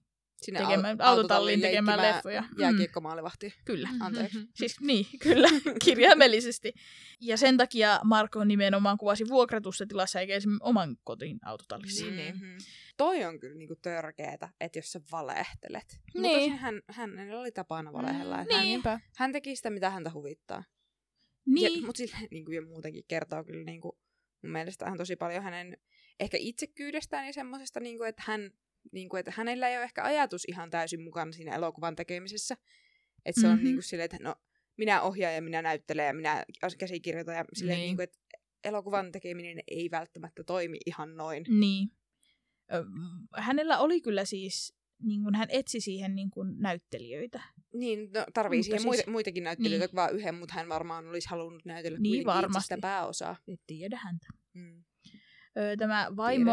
Sinne autotalliin tekemään leffoja. Jääkiekkomaalivahti. Kyllä. Anteeksi. Siis niin, kyllä, kirjaimellisesti. Ja sen takia Marko nimenomaan kuvasi vuokratussa tilassa eikä esimerkiksi oman kotiin autotallissa. Mm-hmm. Toi on kyllä niinku törkeetä, että jos sä valehtelet. Niin. Mutta hänellä oli tapana valehella. Niin. Hän teki sitä, mitä häntä huvittaa. Niin. Mutta silleen niinku jo muutenkin kertoo kyllä niinku, mun mielestä on tosi paljon hänen ehkä itsekyydestään ja semmosesta, niinku, että että hänellä ei ole ehkä ajatus ihan täysin mukana siinä elokuvan tekemisessä. Että se on niinku silleen, että no, minä ohjaan ja minä näyttelen ja minä käsikirjoitan ja silleen, niinku, että elokuvan tekeminen ei välttämättä toimi ihan noin. Niin. Hänellä oli kyllä siis, niin kuin hän etsi siihen niin kuin näyttelijöitä. Niin, no, tarvii siihen siis, muitakin näyttelijöitä kuin vaan yhden, mutta hän varmaan olisi halunnut näytellä niin kuitenkin itse sitä pääosaa. Et tiedä häntä. Mm. Tämä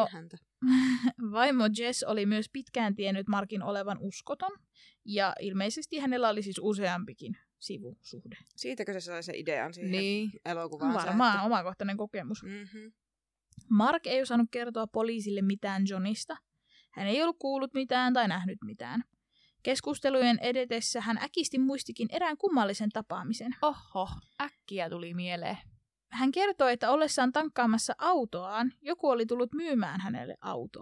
vaimo Jess oli myös pitkään tiennyt Markin olevan uskoton, ja ilmeisesti hänellä oli siis useampikin sivusuhde. Siitäkö se sai sen idean siihen elokuvaan? Varmaan omakohtainen kokemus. Mm-hmm. Mark ei osannut kertoa poliisille mitään Johnista. Hän ei ollut kuullut mitään tai nähnyt mitään. Keskustelujen edetessä hän äkisti muistikin erään kummallisen tapaamisen. Oho, äkkiä tuli mieleen. Hän kertoi, että ollessaan tankkaamassa autoaan, joku oli tullut myymään hänelle autoa.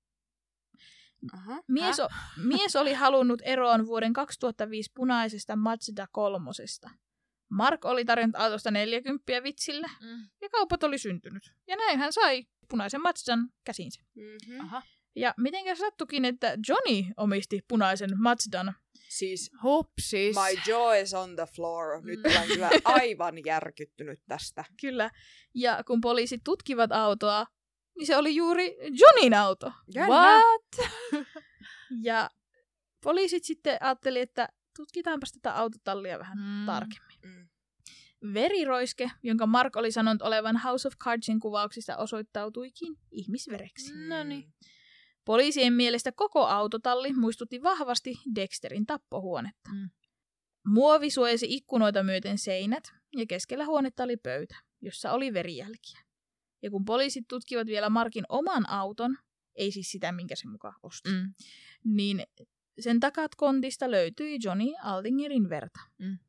Mies oli halunnut eroon vuoden 2005 punaisesta Mazda 3. Mark oli tarjonnut autosta 40 vitsille, ja kaupat oli syntynyt. Ja näin hän sai punaisen Mazdan käsiinsä. Mm-hmm. Aha. Ja mitenkä sattukin, että Johnny omisti punaisen Mazdan. Siis hupsis. My jaw is on the floor. Nyt olen kyllä aivan järkyttynyt tästä. Kyllä. Ja kun poliisit tutkivat autoa, niin se oli juuri Johnnyn auto. What? Ja poliisit sitten ajatteli, että tutkitaanpas tätä autotallia vähän tarkemmin. Veriroiske, jonka Mark oli sanonut olevan House of Cardsin kuvauksista, osoittautuikin ihmisvereksi. Noniin. Poliisien mielestä koko autotalli muistutti vahvasti Dexterin tappohuonetta. Muovi suojasi ikkunoita myöten seinät, ja keskellä huonetta oli pöytä, jossa oli verijälkiä. Ja kun poliisit tutkivat vielä Markin oman auton, ei siis sitä, minkä se mukaan osti, niin sen takatkontista löytyi Johnny Aldingerin verta.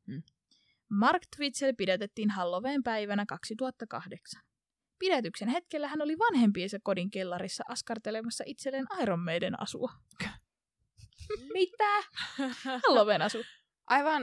Mark Twitchell pidätettiin Halloween päivänä 2008. Pidätyksen hetkellä hän oli vanhempiensa kodin kellarissa askartelemassa itselleen Iron Maiden asua. Mitä? Halloween asu. Aivan.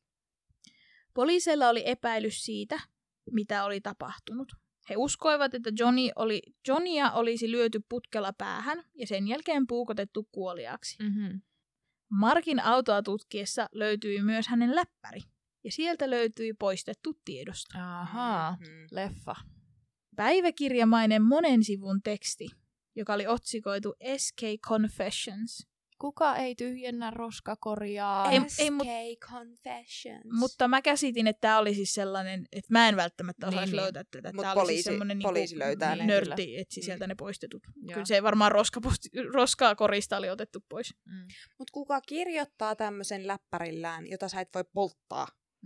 Poliiseilla oli epäilys siitä, mitä oli tapahtunut. He uskoivat, että Johnya olisi lyöty putkella päähän ja sen jälkeen puukotettu kuoliaaksi. Markin autoa tutkiessa löytyi myös hänen läppäri. Ja sieltä löytyi poistettu tiedosto. Ahaa, leffa. Päiväkirjamainen monen sivun teksti, joka oli otsikoitu SK Confessions. Kuka ei tyhjennä roskakorjaa? SK Confessions. Mutta mä käsitin, että tämä oli siis sellainen, että mä en välttämättä osaisi löytää tätä. Mutta oli siis semmoinen poliisi löytää ne. Nörtti etsi sieltä ne poistetut. Kyllä se varmaan roskaa korista oli otettu pois. Mutta kuka kirjoittaa tämmöisen läppärillään, jota sä et voi polttaa?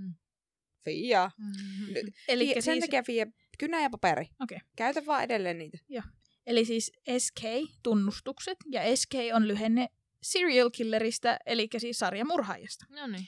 Fia. Eli sen takia Fia, kynä ja paperi. Okay. Käytä vaan edelleen niitä. Joo. Eli siis SK-tunnustukset, ja SK on lyhenne serial killeristä, eli siis sarjamurhaajasta. No niin.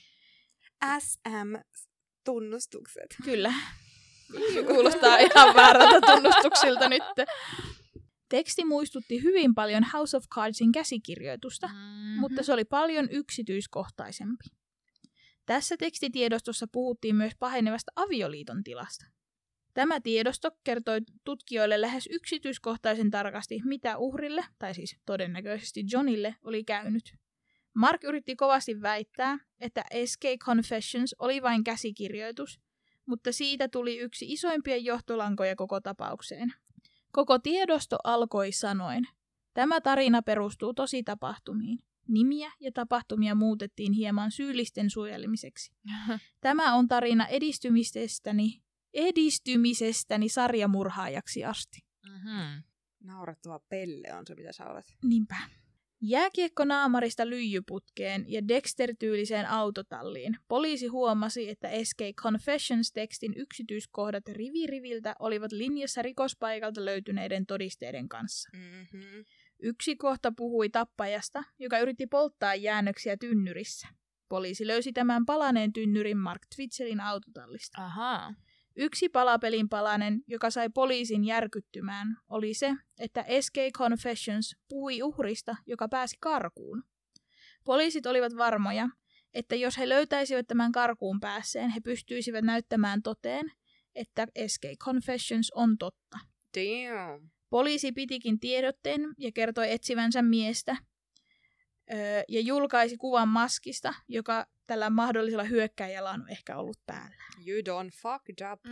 SM-tunnustukset. Kyllä. Kuulostaa ihan väärältä tunnustuksilta nyt. Teksti muistutti hyvin paljon House of Cardsin käsikirjoitusta, mutta se oli paljon yksityiskohtaisempi. Tässä tekstitiedostossa puhuttiin myös pahenevasta avioliiton tilasta. Tämä tiedosto kertoi tutkijoille lähes yksityiskohtaisen tarkasti, mitä uhrille, tai siis todennäköisesti Johnnylle, oli käynyt. Mark yritti kovasti väittää, että SK Confessions oli vain käsikirjoitus, mutta siitä tuli yksi isoimpia johtolankoja koko tapaukseen. Koko tiedosto alkoi sanoen: tämä tarina perustuu tositapahtumiin. Nimiä ja tapahtumia muutettiin hieman syyllisten suojelemiseksi. Tämä on tarina edistymisestäni sarjamurhaajaksi asti. Naurettava pelle on se, mitä sä olet. Niinpä. Jääkiekkonaamarista lyijyputkeen ja Dexter-tyyliseen autotalliin poliisi huomasi, että SK Confessions-tekstin yksityiskohdat rivi riviltä olivat linjassa rikospaikalta löytyneiden todisteiden kanssa. Yksi kohta puhui tappajasta, joka yritti polttaa jäännöksiä tynnyrissä. Poliisi löysi tämän palaneen tynnyrin Mark Twitchelin autotallista. Ahaa. Yksi palapelin palanen, joka sai poliisin järkyttymään, oli se, että SK Confessions puhui uhrista, joka pääsi karkuun. Poliisit olivat varmoja, että jos he löytäisivät tämän karkuun päässeen, he pystyisivät näyttämään toteen, että SK Confessions on totta. Damn. Poliisi pitikin tiedotteen ja kertoi etsivänsä miestä ja julkaisi kuvan maskista, joka tällä mahdollisella hyökkääjällä on ehkä ollut päällä. You done fucked up.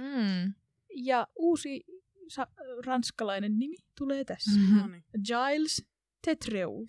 Ja uusi ranskalainen nimi tulee tässä. Giles Tetreault.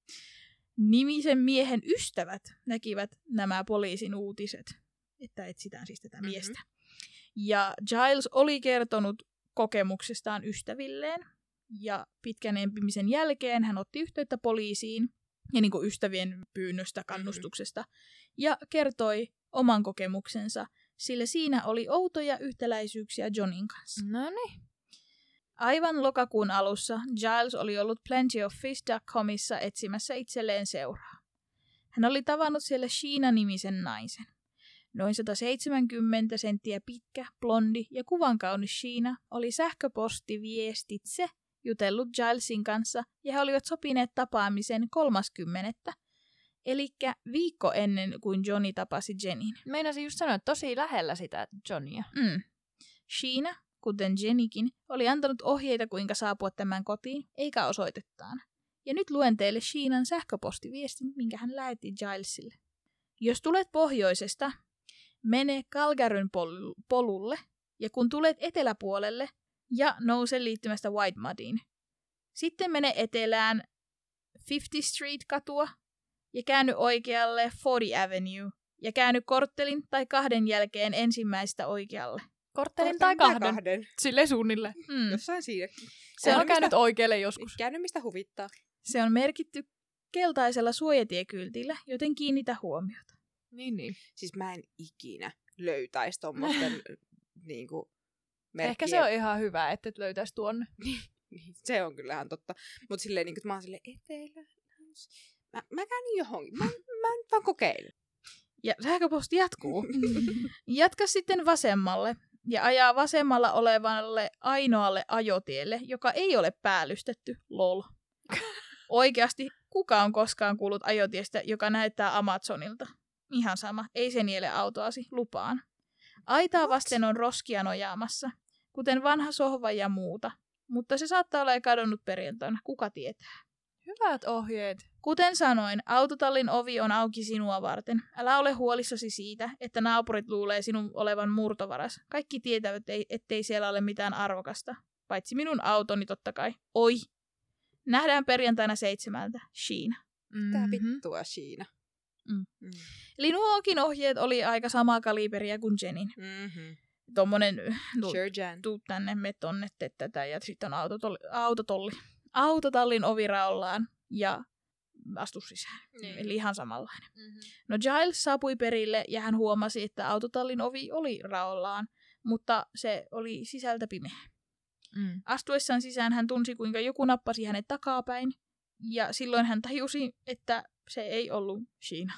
Nimisen miehen ystävät näkivät nämä poliisin uutiset, että etsitään siis tätä miestä. Ja Giles oli kertonut kokemuksestaan ystävilleen, ja pitkän empimisen jälkeen hän otti yhteyttä poliisiin, ja niin kuin ystävien pyynnöstä, kannustuksesta, ja kertoi oman kokemuksensa, sillä siinä oli outoja yhtäläisyyksiä Johnin kanssa. Noniin. Aivan lokakuun alussa Giles oli ollut plentyoffish.comissa etsimässä itselleen seuraa. Hän oli tavannut siellä Sheena-nimisen naisen. Noin 170 senttiä pitkä, blondi ja kuvankaunis Sheena oli sähköpostiviestitse jutellut Gilesin kanssa ja he olivat sopineet tapaamisen 30. Elikkä viikko ennen kuin Johnny tapasi Jennin. Meinasin just sanoa, että tosi lähellä sitä Johnia. Sheena, kuten Jennykin, oli antanut ohjeita kuinka saapua tämän kotiin, eikä osoitettaan. Ja nyt luen teille Sheenan sähköpostiviestin, minkä hän lähetti Gilesille. Jos tulet pohjoisesta, mene Calgaryn polulle, ja kun tulet eteläpuolelle, ja nouse liittymästä Whitemudiin. Sitten mene etelään 50th Street-katua, ja käänny oikealle 40 Avenue, ja käänny korttelin tai 2 jälkeen ensimmäistä oikealle. Korttelin tai 2. Silleen suunnilleen. Jossain siinäkin. Se on käynyt oikealle joskus. Käynyt mistä huvittaa. Se on merkitty keltaisella suojatiekyltillä, joten kiinnitä huomiota. Niin. Siis mä en ikinä löytäisi tommosten niinku merkkiä. Ehkä se on ihan hyvä, että et löytäisi tuonne. Se on kyllähän totta. Mutta silleen niinku, mä oon silleen etelä. Mä käyn johonkin. Mä nyt vaan kokeilen. Ja sähköposti jatkuu. Jatka sitten vasemmalle ja ajaa vasemmalla olevalle ainoalle ajotielle, joka ei ole päällystetty. Lol. Oikeasti, kuka on koskaan kuullut ajotiestä, joka näyttää Amazonilta? Ihan sama, ei se niele autoasi, lupaan. Aitaa vasten on roskia nojaamassa, kuten vanha sohva ja muuta. Mutta se saattaa olla kadonnut perjantaina, kuka tietää. Hyvät ohjeet. Kuten sanoin, autotallin ovi on auki sinua varten. Älä ole huolissasi siitä, että naapurit luulee sinun olevan murtovaras. Kaikki tietävät, ettei siellä ole mitään arvokasta. Paitsi minun autoni totta kai. Oi! Nähdään perjantaina 7. Sheena. Tää vittua Sheena. Eli nuokin ohjeet oli aika samaa kaliberia kuin Jennin. Tommonen, Sure, Jen. tuu tänne, me tonne, tee tätä, ja sitten on autotallin ovi raollaan, ja astu sisään. Eli ihan samanlainen. No Giles saapui perille, ja hän huomasi, että autotallin ovi oli raollaan, mutta se oli sisältä pimeä. Astuessaan sisään hän tunsi, kuinka joku nappasi hänet takapäin, ja silloin hän tajusi, että se ei ollut Sheena.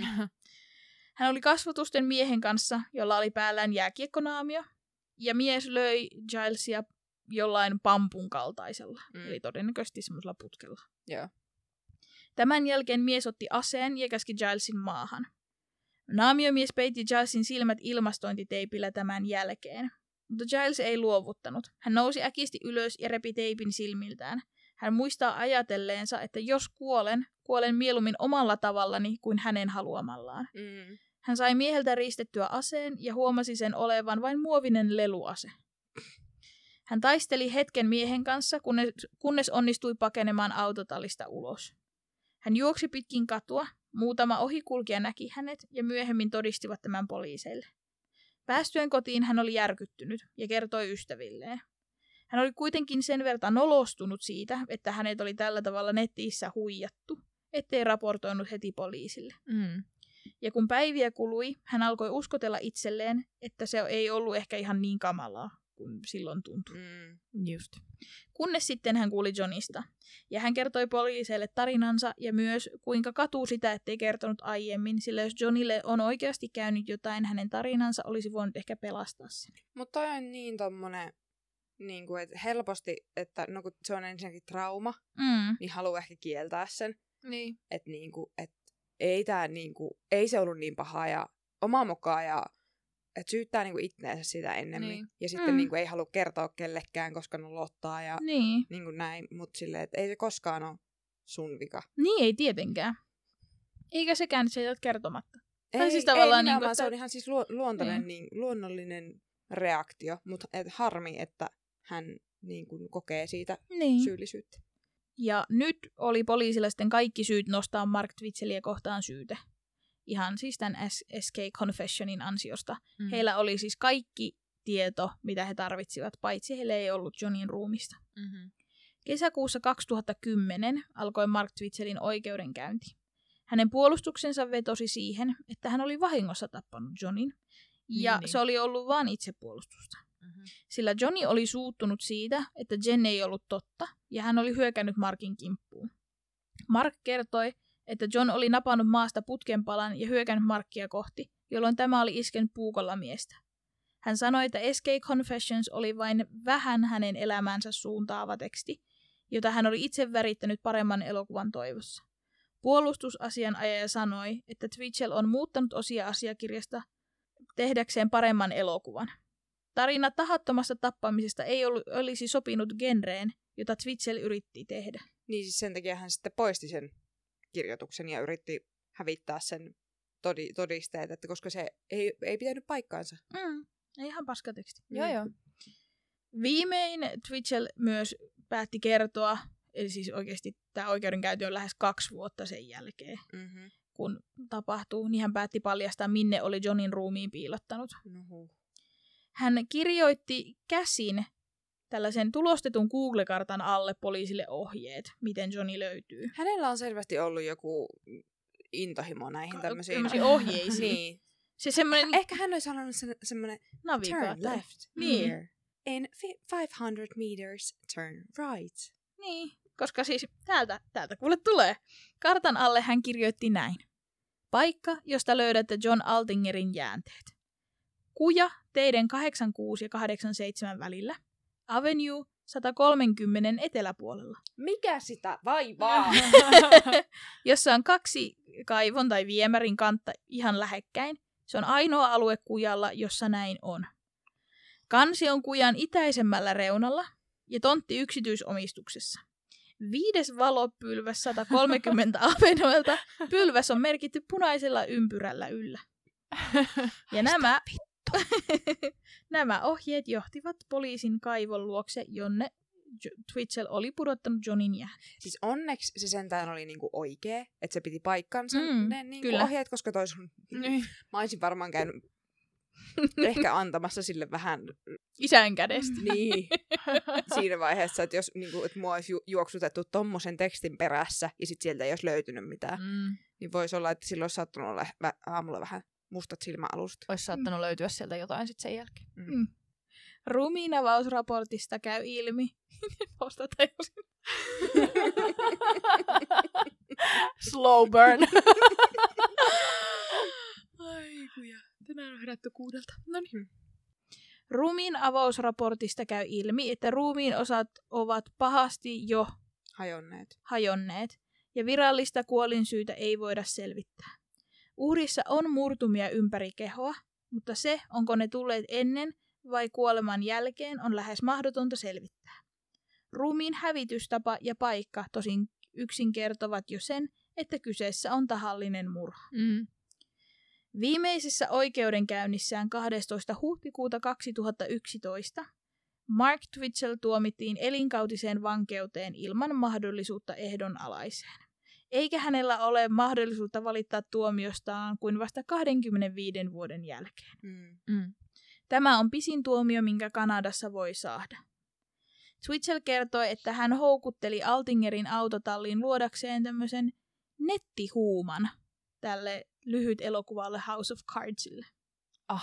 Hän oli kasvotusten miehen kanssa, jolla oli päällään jääkiekkonaamio, ja mies löi Gilesia jollain pampun kaltaisella, eli todennäköisesti semmoisella putkella. Yeah. Tämän jälkeen mies otti aseen ja käski Gilesin maahan. Naamiomies peitti Gilesin silmät ilmastointiteipillä tämän jälkeen, mutta Giles ei luovuttanut. Hän nousi äkisti ylös ja repi teipin silmiltään. Hän muistaa ajatelleensa, että jos kuolen mieluummin omalla tavallani kuin hänen haluamallaan. Hän sai mieheltä riistettyä aseen ja huomasi sen olevan vain muovinen leluase. Hän taisteli hetken miehen kanssa, kunnes onnistui pakenemaan autotallista ulos. Hän juoksi pitkin katua, muutama ohikulkija näki hänet ja myöhemmin todistivat tämän poliiseille. Päästyen kotiin hän oli järkyttynyt ja kertoi ystävilleen. Hän oli kuitenkin sen verran nolostunut siitä, että hänet oli tällä tavalla netissä huijattu, ettei raportoinut heti poliisille. Ja kun päiviä kului, hän alkoi uskotella itselleen, että se ei ollut ehkä ihan niin kamalaa kuin silloin tuntui. Just. Kunnes sitten hän kuuli Johnista. Ja hän kertoi poliiseille tarinansa ja myös kuinka katuu sitä, ettei kertonut aiemmin, sillä jos Johnille on oikeasti käynyt jotain, hänen tarinansa olisi voinut ehkä pelastaa sen. Mutta toi on niin tommonen, niinku, että helposti, että no kun se on ensinnäkin trauma, niin haluaa ehkä kieltää sen. Niin. Että niinku, et ei se ollut niin pahaa ja omaa mukaan ja että syyttää niinku itteensä sitä ennemmin. Niin. Ja sitten niinku ei halua kertoa kellekään, koska nolottaa ja niinku näin. Mutta silleen, että ei se koskaan ole sun vika. Niin, ei tietenkään. Eikä sekään, että sä jätät kertomatta. Ei, siis tavallaan ei niinku, se on ihan siis luonnollinen reaktio. Mutta harmi, että hän niinku kokee siitä syyllisyyttä. Ja nyt oli poliisilla sitten kaikki syyt nostaa Mark Twitcheliä kohtaan syyte. Ihan siis tämän SK Confessionin ansiosta. Heillä oli siis kaikki tieto, mitä he tarvitsivat, paitsi heillä ei ollut Johnin ruumista. Kesäkuussa 2010 alkoi Mark Twitchelin oikeudenkäynti. Hänen puolustuksensa vetosi siihen, että hän oli vahingossa tappanut Johnin, ja se oli ollut vain itsepuolustusta. Sillä Johnny oli suuttunut siitä, että Jen ei ollut totta, ja hän oli hyökännyt Markin kimppuun. Mark kertoi, että John oli napannut maasta putkenpalan ja hyökännyt Markia kohti, jolloin tämä oli iskenyt puukolla miestä. Hän sanoi, että SK Confessions oli vain vähän hänen elämäänsä suuntaava teksti, jota hän oli itse värittänyt paremman elokuvan toivossa. Puolustusasianajaja sanoi, että Twitchell on muuttanut osia asiakirjasta tehdäkseen paremman elokuvan. Tarina tahattomasta tappamisesta ei olisi sopinut genreen, jota Twitchell yritti tehdä. Niin siis sen takia hän sitten poisti sen kirjoituksen ja yritti hävittää sen todisteet, että koska se ei pitänyt paikkaansa. Ei ihan paskateksti. Joo. Viimein Twitchell myös päätti kertoa, eli siis oikeasti tämä oikeudenkäynti on lähes 2 vuotta sen jälkeen, kun tapahtuu, niin hän päätti paljastaa, minne oli Johnin ruumiin piilottanut. Hän kirjoitti käsin tällaisen tulostetun Google-kartan alle poliisille ohjeet, miten Johnny löytyy. Hänellä on selvästi ollut joku intohimo näihin tämmöisiin ohjeisiin. Niin. Se semmoinen... Ehkä hän olisi sanonut semmoinen turn left here. In 500 meters, turn right. Niin, koska siis täältä kuule tulee. Kartan alle hän kirjoitti näin. Paikka, josta löydätte John Altingerin jäänteet. Kuja teiden 86 ja 87 välillä. Avenue 130 eteläpuolella. Mikä sitä vaivaa? Jossa on 2 kaivon tai viemärin kantta ihan lähekkäin. Se on ainoa alue kujalla, jossa näin on. Kansi on kujan itäisemmällä reunalla ja tontti yksityisomistuksessa. 5. valopylväs 130 Avenuelta. Pylväs on merkitty punaisella ympyrällä yllä. Ja nämä ohjeet johtivat poliisin kaivon luokse, jonne Twitchell oli pudottanut Johnin jäänteet. Siis onneksi se sentään oli niinku oikee, että se piti paikkansa ne niinku ohjeet, koska toi sun... Mä olisin varmaan käynyt ehkä antamassa sille vähän... Isän kädestä. Niin. Siinä vaiheessa, että jos niinku, et mua olisi juoksutettu tommosen tekstin perässä ja sit sieltä ei olisi löytynyt mitään, niin voisi olla, että silloin olisi saattanut olla aamulla vähän mustat silmäalustat. Olisi saattanut löytyä sieltä jotain sitten sen jälkeen. Ruumiin avausraportista käy ilmi. Slow burn. Aikuja. Tänään on herätty 6. Noniin. Ruumiin avausraportista käy ilmi, että ruumiin osat ovat pahasti jo hajonneet ja virallista kuolinsyytä ei voida selvittää. Uhrissa on murtumia ympäri kehoa, mutta se, onko ne tulleet ennen vai kuoleman jälkeen, on lähes mahdotonta selvittää. Ruumiin hävitystapa ja paikka tosin yksin kertovat jo sen, että kyseessä on tahallinen murha. Viimeisessä oikeudenkäynnissään 12. huhtikuuta 2011 Mark Twitchell tuomittiin elinkautiseen vankeuteen ilman mahdollisuutta ehdonalaiseen. Eikä hänellä ole mahdollisuutta valittaa tuomiostaan kuin vasta 25 vuoden jälkeen. Tämä on pisin tuomio, minkä Kanadassa voi saada. Twitchell kertoi, että hän houkutteli Altingerin autotalliin luodakseen tämmöisen nettihuuman tälle lyhyt elokuvalle House of Cardsille. Aha.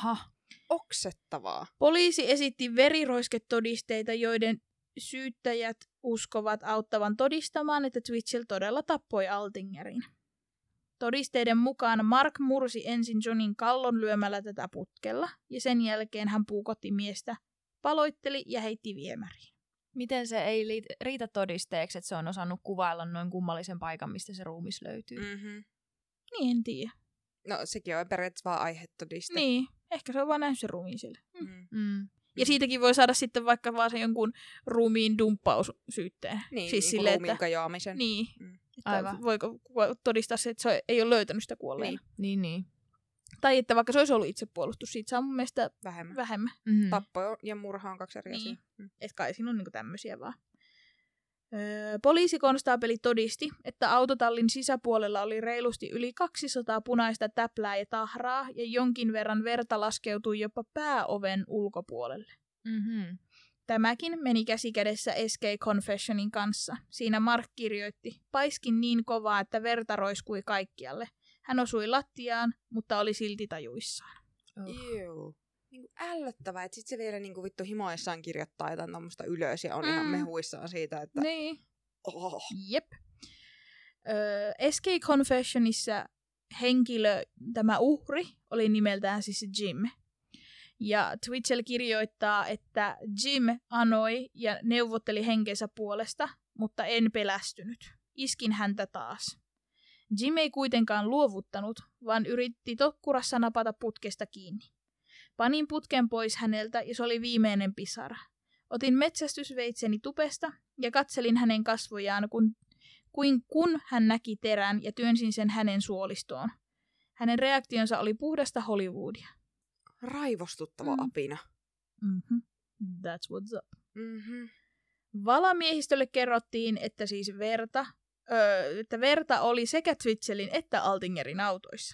Oksettavaa. Poliisi esitti veriroisketodisteita, joiden syyttäjät uskovat auttavan todistamaan, että Twitchell todella tappoi Altingerin. Todisteiden mukaan Mark mursi ensin Johnin kallon lyömällä tätä putkella, ja sen jälkeen hän puukotti miestä, paloitteli ja heitti viemäriin. Miten se ei riitä todisteeksi, että se on osannut kuvailla noin kummallisen paikan, mistä se ruumis löytyy? Mm-hmm. Niin, en tiedä. No sekin on periaatteessa vaan aihetodiste. Niin, ehkä se on vaan nähnyt sen ruumiin siellä. Ja Mm. siitäkin voi saada sitten vaikka vaan se jonkun ruumiin dumppaussyytteen. Niin, siis niin silleen, ruumiin kajoamisen. Niin. Että Aivan. voiko todistaa se, että se ei ole löytänyt sitä kuolleena. Niin. Tai että vaikka se olisi ollut itsepuolustus, siitä saa mun mielestä vähemmän. Mm-hmm. Tappo ja murha on 2 eri asiaa. Että kai siinä on niinku tämmöisiä vaan. Poliisikonstaapeli todisti, että autotallin sisäpuolella oli reilusti yli 200 punaista täplää ja tahraa, ja jonkin verran verta laskeutui jopa pääoven ulkopuolelle. Mm-hmm. Tämäkin meni käsikädessä SK Confessionin kanssa. Siinä Mark kirjoitti, paiskin niin kovaa, että verta roiskui kaikkialle. Hän osui lattiaan, mutta oli silti tajuissaan. Juu. Niinku ällöttävää, että sit se vielä niinku vittu himoissaan kirjoittaa jotain tommoista ylös ja on ihan mehuissaan siitä, että... Niin. Oh. Jep. SK Confessionissa henkilö, tämä uhri, oli nimeltään siis Jim. Ja Twitchell kirjoittaa, että Jim anoi ja neuvotteli henkensä puolesta, mutta en pelästynyt. Iskin häntä taas. Jim ei kuitenkaan luovuttanut, vaan yritti tokkurassa napata putkesta kiinni. Panin putken pois häneltä ja se oli viimeinen pisara. Otin metsästysveitseni tupesta ja katselin hänen kasvojaan, kun hän näki terän ja työnsin sen hänen suolistoon. Hänen reaktionsa oli puhdasta Hollywoodia. Raivostuttava apina. Mm-hmm. That's what's up. Mm-hmm. Valamiehistölle kerrottiin, että siis verta oli sekä Twitchellin että Altingerin autoissa.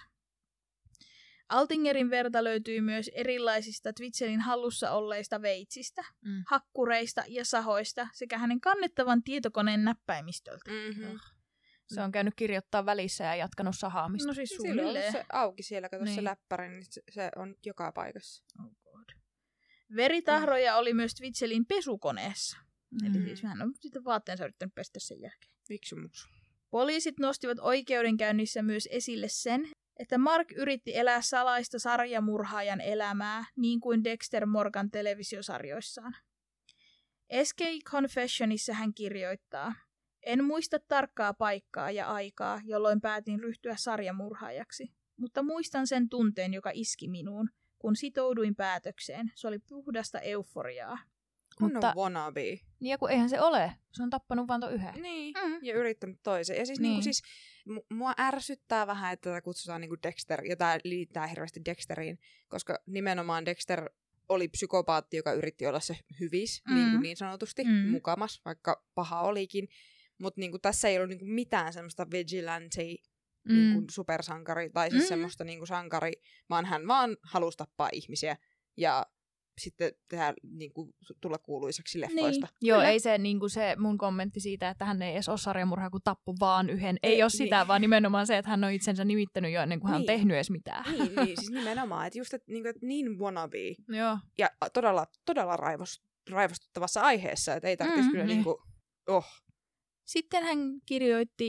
Altingerin verta löytyi myös erilaisista Twitchellin hallussa olleista veitsistä, hakkureista ja sahoista sekä hänen kannettavan tietokoneen näppäimistöltä. Mm-hmm. Se on käynyt kirjoittaa välissä ja jatkanut sahaamista. No siis Silloin suunnilleen. se auki siellä, kato Niin. se läppäri, niin se on joka paikassa. Oh God. Veritahroja oli myös Twitchellin pesukoneessa. Eli siis hän on sitten vaatteensa yrittänyt pestä sen jälkeen. Miksi mus? Poliisit nostivat oikeudenkäynnissä myös esille sen, että Mark yritti elää salaista sarjamurhaajan elämää, niin kuin Dexter Morgan televisiosarjoissaan. SK Confessionissa hän kirjoittaa, en muista tarkkaa paikkaa ja aikaa, jolloin päätin ryhtyä sarjamurhaajaksi, mutta muistan sen tunteen, joka iski minuun, kun sitouduin päätökseen. Se oli puhdasta euforiaa. Mutta wannabe. Niin ja kun eihän se ole. Se on tappanut vaan ton yhden. Niin, ja yrittänyt toisen. Ja siis, Niin. niinku, siis mua ärsyttää vähän, että tätä kutsutaan niinku Dexter, ja tää liittää hirveästi Dexteriin, koska nimenomaan Dexter oli psykopaatti, joka yritti olla se hyvis, niin sanotusti, mukamas, vaikka paha olikin. Mutta niinku, tässä ei ollut niinku mitään semmoista vigilante niinku, supersankari, tai siis semmoista niinku, sankari, vaan hän vaan halusi tappaa ihmisiä, ja sitten tehdä, niinku, tulla kuuluisaksi leffoista. Niin. Joo, Kyllä. ei se, niin kuin se mun kommentti siitä, että hän ei edes ole sarjamurha, kun tappoi vaan yhden. Ei ole sitä, vaan nimenomaan se, että hän on itsensä nimittänyt jo ennen kuin hän on tehnyt edes mitään. Niin, siis nimenomaan, että just et, niinku, et niin wannabe. Joo. Ja todella raivostuttavassa aiheessa, että ei tarvitsisi kyllä niin. niinku... Sitten hän kirjoitti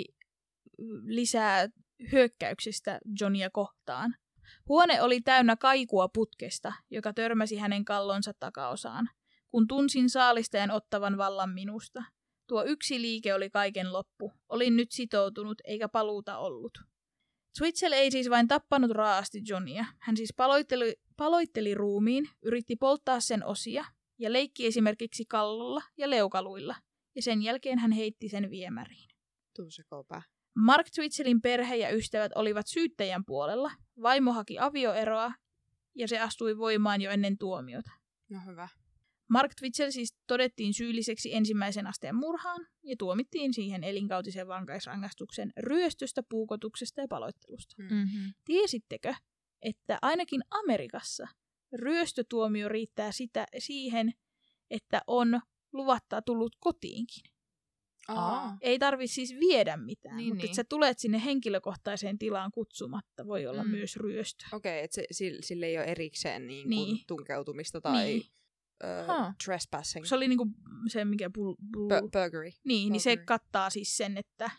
lisää hyökkäyksistä Johnia kohtaan. Huone oli täynnä kaikua putkesta, joka törmäsi hänen kallonsa takaosaan, kun tunsin saalistajan ottavan vallan minusta. Tuo yksi liike oli kaiken loppu. Olin nyt sitoutunut, eikä paluuta ollut. Twitchell ei siis vain tappanut raaasti Johnia. Hän siis paloitteli ruumiin, yritti polttaa sen osia ja leikki esimerkiksi kallolla ja leukaluilla. Ja sen jälkeen hän heitti sen viemäriin. Tuu se kopä. Mark Twitchellin perhe ja ystävät olivat syyttäjän puolella. Vaimo haki avioeroa ja se astui voimaan jo ennen tuomiota. No hyvä. Mark Twitchell siis todettiin syylliseksi ensimmäisen asteen murhaan ja tuomittiin siihen elinkautisen vankeusrangaistuksen ryöstöstä, puukotuksesta ja paloittelusta. Mm-hmm. Tiesittekö, että ainakin Amerikassa ryöstötuomio riittää siihen, että on luvatta tullut kotiinkin? Ei tarvitse siis viedä mitään, Niin, mutta niin. että sä tulet sinne henkilökohtaiseen tilaan kutsumatta, voi olla myös ryöstö. Okei, että sille ei ole erikseen niin kuin Niin. tunkeutumista tai Niin. trespassing. Se oli niinku se, mikä Burglary. niin se Burglary. kattaa siis sen, että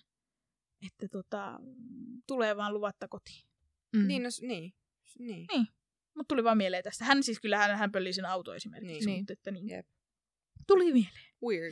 tulee vaan luvatta kotiin. Niin, no, niin. Mut tuli vaan mieleen tästä. Hän pölli sen auto esimerkiksi. Niin. Mutta että niin. Jep. Tuli mieleen. Weird.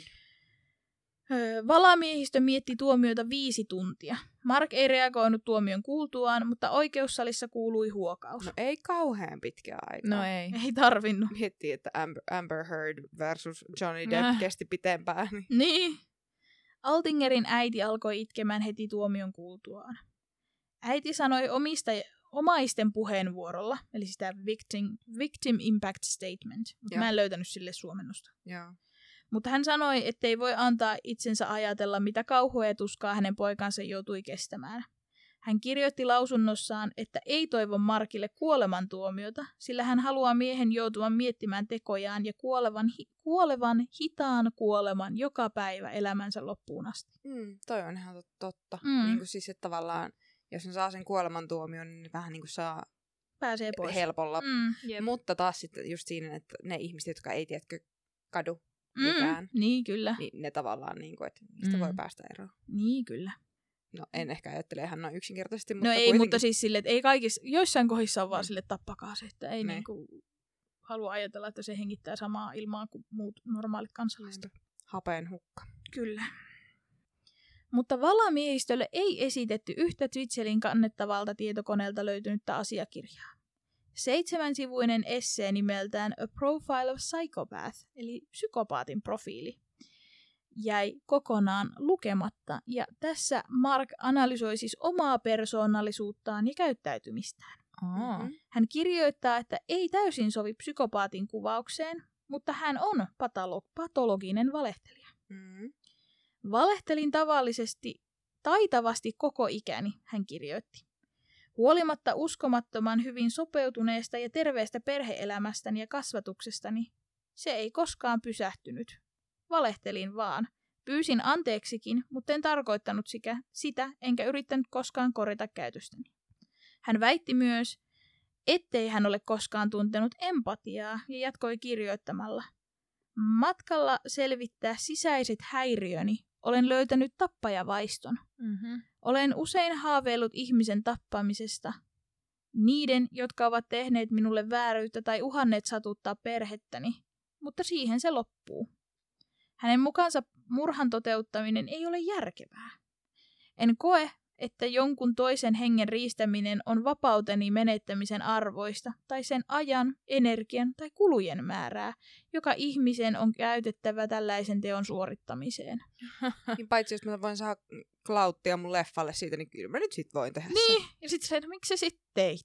Valamiehistö mietti tuomiota 5 tuntia. Mark ei reagoinut tuomion kuultuaan, mutta oikeussalissa kuului huokaus. No ei kauhean pitkä aika. No ei. Ei tarvinnut. Miettii, että Amber Heard versus Johnny Depp kesti pitempään. Niin. Altingerin äiti alkoi itkemään heti tuomion kuultuaan. Äiti sanoi omaisten puheenvuorolla, eli sitä victim impact statement, mutta mä en löytänyt sille suomennosta. Joo. Mutta hän sanoi, ettei voi antaa itsensä ajatella, mitä kauhua ja tuskaa hänen poikansa joutui kestämään. Hän kirjoitti lausunnossaan, että ei toivo Markille kuolemantuomiota, sillä hän haluaa miehen joutuvan miettimään tekojaan ja kuolevan hitaan kuoleman joka päivä elämänsä loppuun asti. Toi on ihan totta. Niin kuin siis, että tavallaan, jos ne saa sen kuolemantuomion, niin vähän niin kuin saa Pääsee pois. helpolla. Jep. Mutta taas sitten just siinä, että ne ihmiset, jotka ei tiedätkö kadu mitään, Niin, kyllä. niin ne tavallaan, niin kuin, että niistä voi päästä eroon. Niin, kyllä. No en ehkä ajattele ihan noin yksinkertaisesti, mutta No ei, kuitenkin. mutta siis sille, että ei kaikissa, joissain kohdissa on vaan sille tappakaa se, että ei Ne. niinku halua ajatella, että se hengittää samaa ilmaa kuin muut normaalit kansalaiset. Hapeen hukka. Kyllä. Mutta valamiehistölle ei esitetty yhtä Twitchelin kannettavalta tietokoneelta löytynyttä asiakirjaa. 7-sivuinen essee nimeltään A Profile of Psychopath, eli psykopaatin profiili, jäi kokonaan lukematta, ja tässä Mark analysoi siis omaa persoonallisuuttaan ja käyttäytymistään. Hän kirjoittaa, että ei täysin sovi psykopaatin kuvaukseen, mutta hän on patologinen valehtelija. Valehtelin taitavasti koko ikäni, hän kirjoitti. Huolimatta uskomattoman hyvin sopeutuneesta ja terveestä perhe-elämästäni ja kasvatuksestani, se ei koskaan pysähtynyt. Valehtelin vaan. Pyysin anteeksikin, mutta en tarkoittanut sitä, enkä yrittänyt koskaan korjata käytöstäni. Hän väitti myös, ettei hän ole koskaan tuntenut empatiaa ja jatkoi kirjoittamalla. Matkalla selvittää sisäiset häiriöni olen löytänyt tappajavaiston. Olen usein haaveillut ihmisen tappamisesta. Niiden, jotka ovat tehneet minulle vääryyttä tai uhanneet satuttaa perhettäni. Mutta siihen se loppuu. Hänen mukaansa murhan toteuttaminen ei ole järkevää. En koe, että jonkun toisen hengen riistäminen on vapauteni menettämisen arvoista tai sen ajan, energian tai kulujen määrää, joka ihmisen on käytettävä tällaisen teon suorittamiseen. Niin paitsi jos mä voin saada klauttia mun leffalle siitä, niin kyllä mä nyt sit voin tehdä Niin, sen. ja sitten se, että miksi sä sit teit?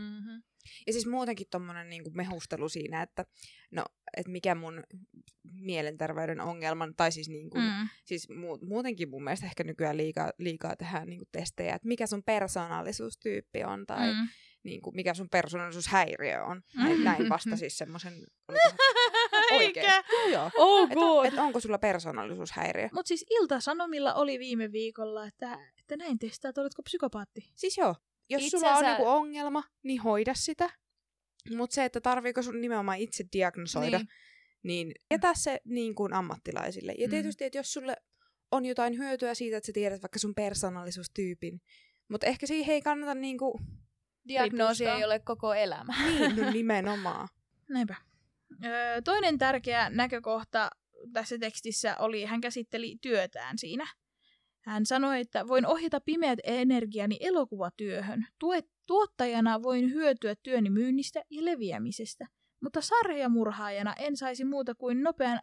Ja siis muutenkin tommonen niinku mehustelu siinä, että no, et mikä mun mielenterveyden ongelman, tai siis niinku, siis muutenkin mun mielestä ehkä nykyään liikaa tehdään niinku testejä, että mikä sun persoonallisuustyyppi on, tai niinku, mikä sun persoonallisuushäiriö on. Näin vasta siis semmosen oikein. Joo. Oh god. Et onko sulla persoonallisuushäiriö? Mutta siis Ilta-Sanomilla oli viime viikolla, että näin testaat, oletko psykopaatti. Siis joo. Jos sulla on joku ongelma, niin hoida sitä. Mutta se, että tarviiko sun nimenomaan itse diagnosoida, niin jätä se niin kuin ammattilaisille. Ja tietysti, että jos sulle on jotain hyötyä siitä, että sä tiedät vaikka sun persoonallisuustyypin, mutta ehkä siihen ei kannata niinku Diagnoosi ei ole koko elämä. Niin, no nimenomaan. Näinpä. Toinen tärkeä näkökohta tässä tekstissä oli, hän käsitteli työtään siinä. Hän sanoi, että voin ohjata pimeät energiani elokuvatyöhön. Tuottajana voin hyötyä työni myynnistä ja leviämisestä, mutta sarjamurhaajana en saisi muuta kuin nopean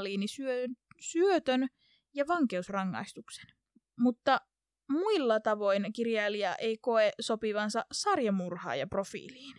adrenaliinisyötön ja vankeusrangaistuksen. Mutta muilla tavoin kirjailija ei koe sopivansa sarjamurhaajaprofiiliin.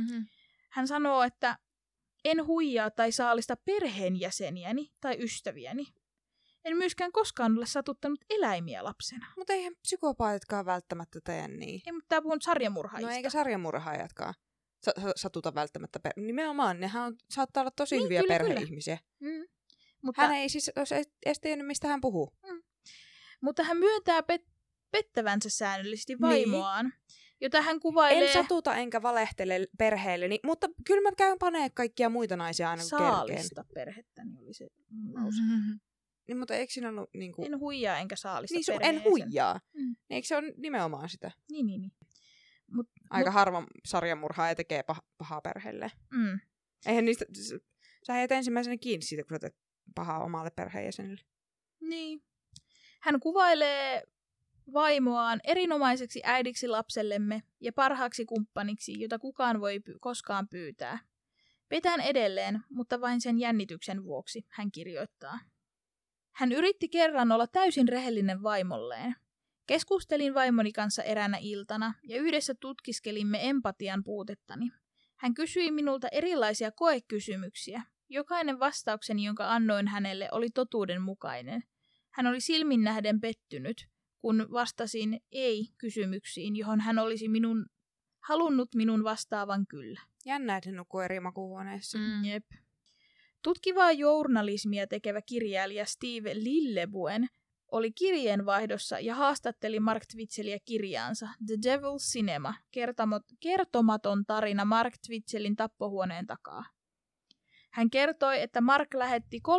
Hän sanoo, että en huijaa tai saalista perheenjäseniäni tai ystäviäni. En myöskään koskaan ole satuttanut eläimiä lapsena. Mutta eihän psykopaatitkaan välttämättä tee niin. Ei, mutta tää puhun sarjamurhaajista. No eikä sarjamurhaajatkaan satuta välttämättä. Nimenomaan, nehän saattaa olla tosi hyviä kyllä, perheihmisiä. Mutta Hän ei siis edes tiennyt, mistä hän puhuu. Mutta hän myöntää pettävänsä säännöllisesti vaimoaan, jota hän kuvailee... En satuta enkä valehtele perheelleni, mutta kyllä mä käyn panee kaikkia muita naisia aina kun kerkeen. Saalista perhettäni oli se lause. Niin, mutta eikö siinä ollut niinku... En huijaa enkä saalista Niin, perheeseen. en huijaa. Eikö se ole nimenomaan sitä? Niin. Aika harva sarjamurhaaja tekee pahaa perheelle. Eihän niistä... Sä heet ensimmäisenä kiinni siitä, kun sä teet pahaa omalle perheenjäsenelle. Niin. Hän kuvailee vaimoaan erinomaiseksi äidiksi lapsellemme ja parhaaksi kumppaniksi, jota kukaan voi koskaan pyytää. Petän edelleen, mutta vain sen jännityksen vuoksi, hän kirjoittaa. Hän yritti kerran olla täysin rehellinen vaimolleen. Keskustelin vaimoni kanssa eräänä iltana ja yhdessä tutkiskelimme empatian puutettani. Hän kysyi minulta erilaisia koekysymyksiä. Jokainen vastaukseni, jonka annoin hänelle, oli totuudenmukainen. Hän oli silmin nähden pettynyt, kun vastasin ei-kysymyksiin, johon hän olisi halunnut minun vastaavan kyllä. Jännä, että nukkuu eri makuuhuoneessa. Jep. Tutkivaa journalismia tekevä kirjailija Steve Lillebuen oli kirjeenvaihdossa ja haastatteli Mark Twitcheliä kirjaansa The Devil's Cinema, kertomaton tarina Mark Twitchelin tappohuoneen takaa. Hän kertoi, että Mark lähetti 30-35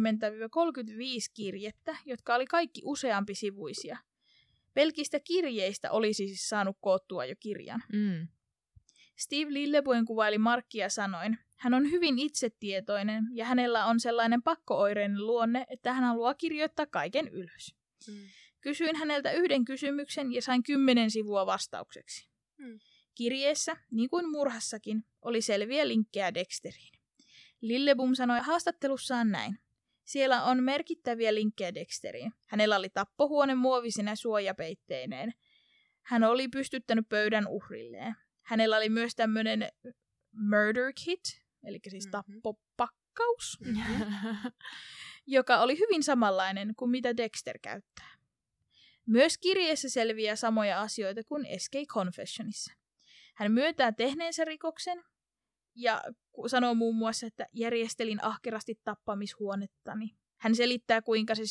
kirjettä, jotka oli kaikki useampi sivuisia. Pelkistä kirjeistä olisi siis saanut koottua jo kirjan. Steve Lillebuen kuvaili Markia sanoin, hän on hyvin itsetietoinen ja hänellä on sellainen pakko-oireinen luonne, että hän haluaa kirjoittaa kaiken ylös. Kysyin häneltä yhden kysymyksen ja sain 10 sivua vastaukseksi. Kirjeessä, niin kuin murhassakin, oli selviä linkkejä Dexteriin. Lillebum sanoi haastattelussaan näin. Siellä on merkittäviä linkkejä Dexteriin. Hänellä oli tappohuone muovisina suojapeitteineen. Hän oli pystyttänyt pöydän uhrilleen. Hänellä oli myös tämmöinen murder kit, eli siis tappopakkaus, joka oli hyvin samanlainen kuin mitä Dexter käyttää. Myös kirjeessä selviää samoja asioita kuin SK Confessionissa. Hän myöntää tehneensä rikoksen ja sanoo muun muassa, että järjestelin ahkerasti tappamishuonettani. Hän selittää, kuinka se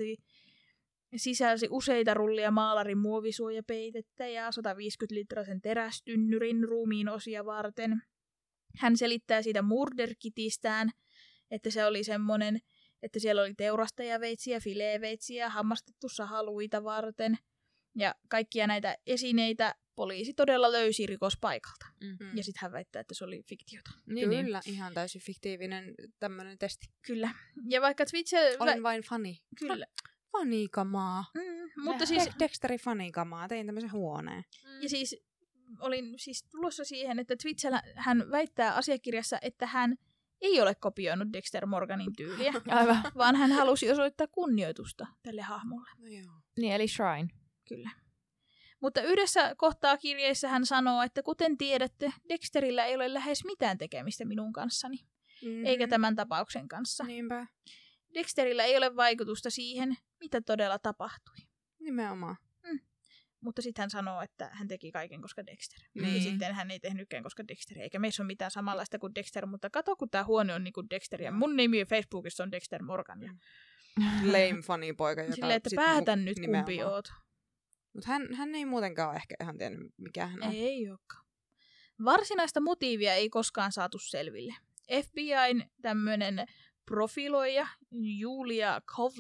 sisälsi useita rullia maalarin muovisuojapeitettä ja 150-litrasen terästynnyrin ruumiin osia varten. Hän selittää siitä murder-kitistään, että se oli semmoinen, että siellä oli teurastajaveitsiä, fileeveitsiä, hammastettu sahaluita varten. Ja kaikkia näitä esineitä poliisi todella löysi rikospaikalta. Ja sitten hän väittää, että se oli fiktiota. Kyllä, ihan täysin fiktiivinen tämmöinen testi. Kyllä. Ja vaikka Twitchell... Olen vain fani. Kyllä. Fanikamaa. Mutta siis... Dexterin fanikamaa. Tein tämmöisen huoneen. Ja siis olin siis tulossa siihen, että Twitchell hän väittää asiakirjassa, että hän ei ole kopioinut Dexter Morganin tyyliä, Aivan. vaan hän halusi osoittaa kunnioitusta tälle hahmolle. No joo. Niin, eli Shrine. Kyllä. Mutta yhdessä kohtaa kirjeessä hän sanoo, että kuten tiedätte, Dexterillä ei ole lähes mitään tekemistä minun kanssani, eikä tämän tapauksen kanssa. Niinpä. Dexterillä ei ole vaikutusta siihen, mitä todella tapahtui. Nimenomaan. Mutta sitten hän sanoo, että hän teki kaiken, koska Dexter. Niin. Ja sitten hän ei tehnytkään, koska Dexter. Eikä meissä ole mitään samanlaista kuin Dexter, mutta kato, kun tämä huone on niin kuin Dexter. Ja mun nimi Facebookissa on Dexter Morgan. Ja... Lame funny poika. Joka silleen, että päätä nyt nimenomaan. kumpi oot. Mutta hän ei muutenkaan ole ehkä ihan tiennyt, mikä hän on. Ei olekaan. Varsinaista motiivia ei koskaan saatu selville. FBI:n tämmöinen profiloija Julia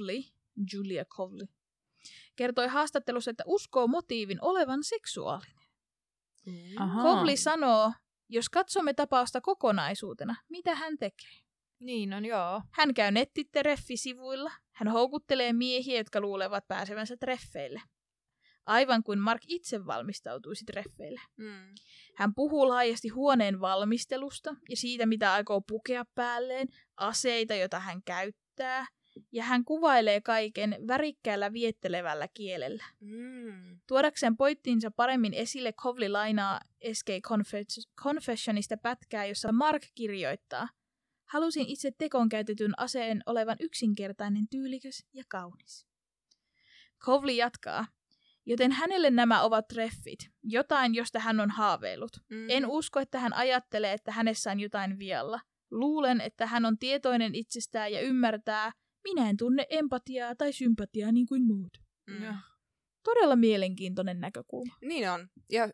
Kowley kertoi haastattelussa, että uskoo motiivin olevan seksuaalinen. Kowley sanoo, jos katsomme tapausta kokonaisuutena, mitä hän tekee? Niin on, joo. Hän käy nettitreffisivuilla. Hän houkuttelee miehiä, jotka luulevat pääsevänsä treffeille. Aivan kuin Mark itse valmistautuisi treffeille. Hän puhuu laajasti huoneen valmistelusta ja siitä, mitä aikoo pukea päälleen, aseita, joita hän käyttää, ja hän kuvailee kaiken värikkäällä viettelevällä kielellä. Tuodakseen pointtinsa paremmin esille, Kowley lainaa SK Confessionista pätkää, jossa Mark kirjoittaa: halusin itse tekoon käytetyn aseen olevan yksinkertainen, tyylikäs ja kaunis. Kowley jatkaa: joten hänelle nämä ovat treffit, jotain, josta hän on haaveillut. En usko, että hän ajattelee, että hänessä on jotain vialla. Luulen, että hän on tietoinen itsestään ja ymmärtää, minä en tunne empatiaa tai sympatiaa niin kuin muut. Todella mielenkiintoinen näkökulma. Niin on. Ja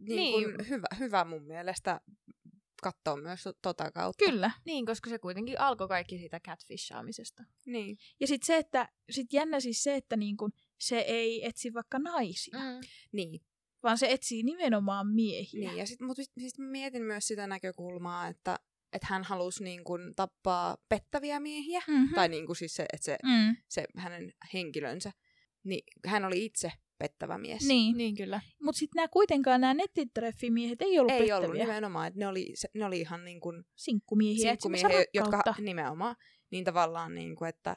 hyvä mun mielestä katsoa myös tota kautta. Kyllä. Niin, koska se kuitenkin alkoi kaikki siitä catfishaamisesta. Niin. Ja sitten se, että jännä siis se, että niin kun se ei etsi vaikka naisia, Niin. vaan se etsii nimenomaan miehiä. Niin. Ja mutta sit mietin myös sitä näkökulmaa, että hän halusi niin kun tappaa pettäviä miehiä. Mm-hmm. Tai niin kun siis se, että se hänen henkilönsä. Niin hän oli itse pettävä mies. Niin kyllä. Mutta sitten kuitenkaan nämä nettitreffimiehet ei ollut pettäviä. Ei ollut nimenomaan, että ne oli ihan niin kuin sinkkumiehiä jotka nimenomaan, niin tavallaan niin kuin, että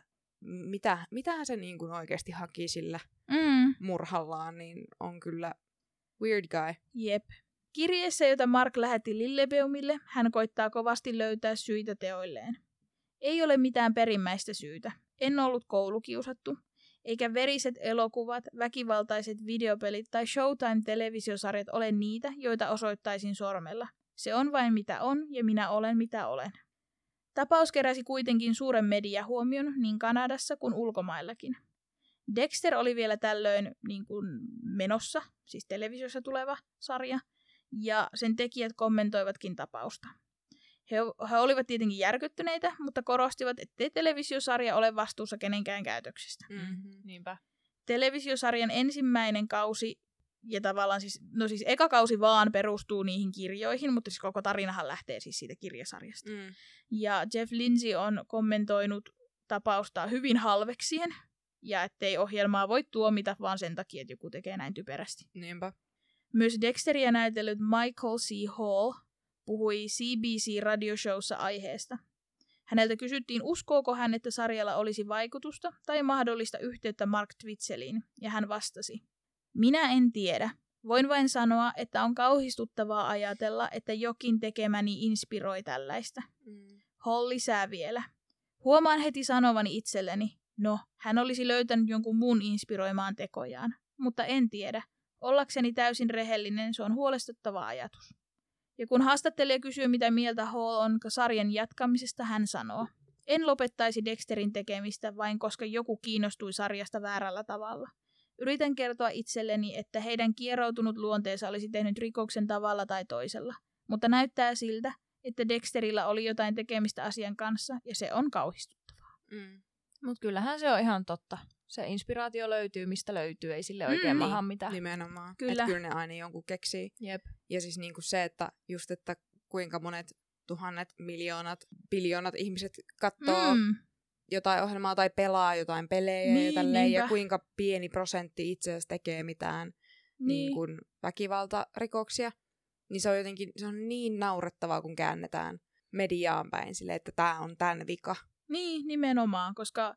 mitä se niin kuin oikeasti haki sillä murhallaan, niin on kyllä weird guy. Jep. Kirjeessä, jota Mark lähetti Lillebeumille, hän koittaa kovasti löytää syitä teoilleen. Ei ole mitään perimmäistä syytä. En ollut koulukiusattu. Eikä veriset elokuvat, väkivaltaiset videopelit tai Showtime-televisiosarjat ole niitä, joita osoittaisin sormella. Se on vain mitä on, ja minä olen mitä olen. Tapaus keräsi kuitenkin suuren mediahuomion niin Kanadassa kuin ulkomaillakin. Dexter oli vielä tällöin niin kuin menossa, siis televisiossa tuleva sarja, ja sen tekijät kommentoivatkin tapausta. He olivat tietenkin järkyttyneitä, mutta korostivat, ettei televisiosarja ole vastuussa kenenkään käytöksestä. Niinpä. Televisiosarjan ensimmäinen kausi, ja tavallaan siis eka kausi vaan perustuu niihin kirjoihin, mutta siis koko tarinahan lähtee siis siitä kirjasarjasta. Ja Jeff Lindsay on kommentoinut tapausta hyvin halveksien, ja ettei ohjelmaa voi tuomita vaan sen takia, että joku tekee näin typerästi. Niinpä. Myös Dexteria näytellyt Michael C. Hall puhui CBC-radioshowssa aiheesta. Häneltä kysyttiin, uskooko hän, että sarjalla olisi vaikutusta tai mahdollista yhteyttä Mark Twitzeliin, ja hän vastasi. Minä en tiedä. Voin vain sanoa, että on kauhistuttavaa ajatella, että jokin tekemäni inspiroi tällaista. Hall lisää vielä. Huomaan heti sanovani itselleni, no, hän olisi löytänyt jonkun muun inspiroimaan tekojaan, mutta en tiedä. Ollakseni täysin rehellinen, se on huolestuttava ajatus. Ja kun haastattelija kysyy, mitä mieltä Hall on sarjan jatkamisesta, hän sanoo, en lopettaisi Dexterin tekemistä vain koska joku kiinnostui sarjasta väärällä tavalla. Yritän kertoa itselleni, että heidän kieroutunut luonteensa olisi tehnyt rikoksen tavalla tai toisella, mutta näyttää siltä, että Dexterillä oli jotain tekemistä asian kanssa, ja se on kauhistuttavaa. Mutta kyllähän se on ihan totta. Se inspiraatio löytyy, mistä löytyy, ei sille oikein maha mitään. Nimenomaan. Kyllä. Kyllä ne aina jonkun keksii. Jep. Ja siis niinku se, että just, että kuinka monet tuhannet, miljoonat, biljoonat ihmiset katsoo jotain ohjelmaa tai pelaa jotain pelejä ja tälleen, ja kuinka pieni prosentti itse asiassa tekee mitään niin kuin väkivaltarikoksia. Niin se on jotenkin, se on niin naurettavaa, kun käännetään mediaan päin sille, että tää on tän vika. Niin, nimenomaan,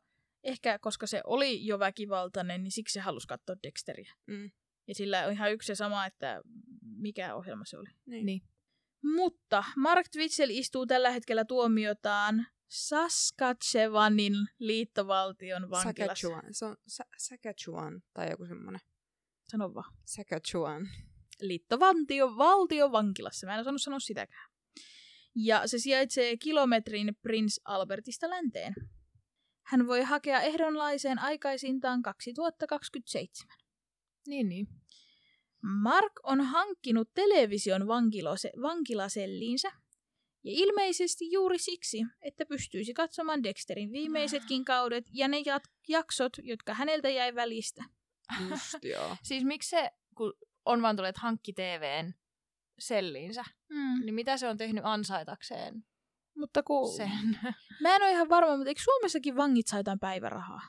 koska se oli jo väkivaltainen, niin siksi se halusi katsoa Dexteriä. Ja sillä on ihan yksi ja sama, että mikä ohjelma se oli. Niin. Mutta Mark Twitzell istuu tällä hetkellä tuomiotaan Saskatchewanin liittovaltion vankilassa. Se on Saskatchewan tai joku semmoinen. Sano vaan. Saskatchewan. Liittovaltion vankilassa. Mä en osannut sanoa sitäkään. Ja se sijaitsee kilometrin Prince Albertista länteen. Hän voi hakea ehdonlaiseen aikaisintaan 2027. Niin. Mark on hankkinut television vankilaselliinsä, ja ilmeisesti juuri siksi, että pystyisi katsomaan Dexterin viimeisetkin kaudet ja ne jaksot, jotka häneltä jäi välistä. Just joo. Siis miksi se, kun on vaan tullut, että hankki TVn selliinsä, niin mitä se on tehnyt ansaitakseen mutta kun sen? Mä en ole ihan varma, mutta eikö Suomessakin vangit saa jotain päivärahaa?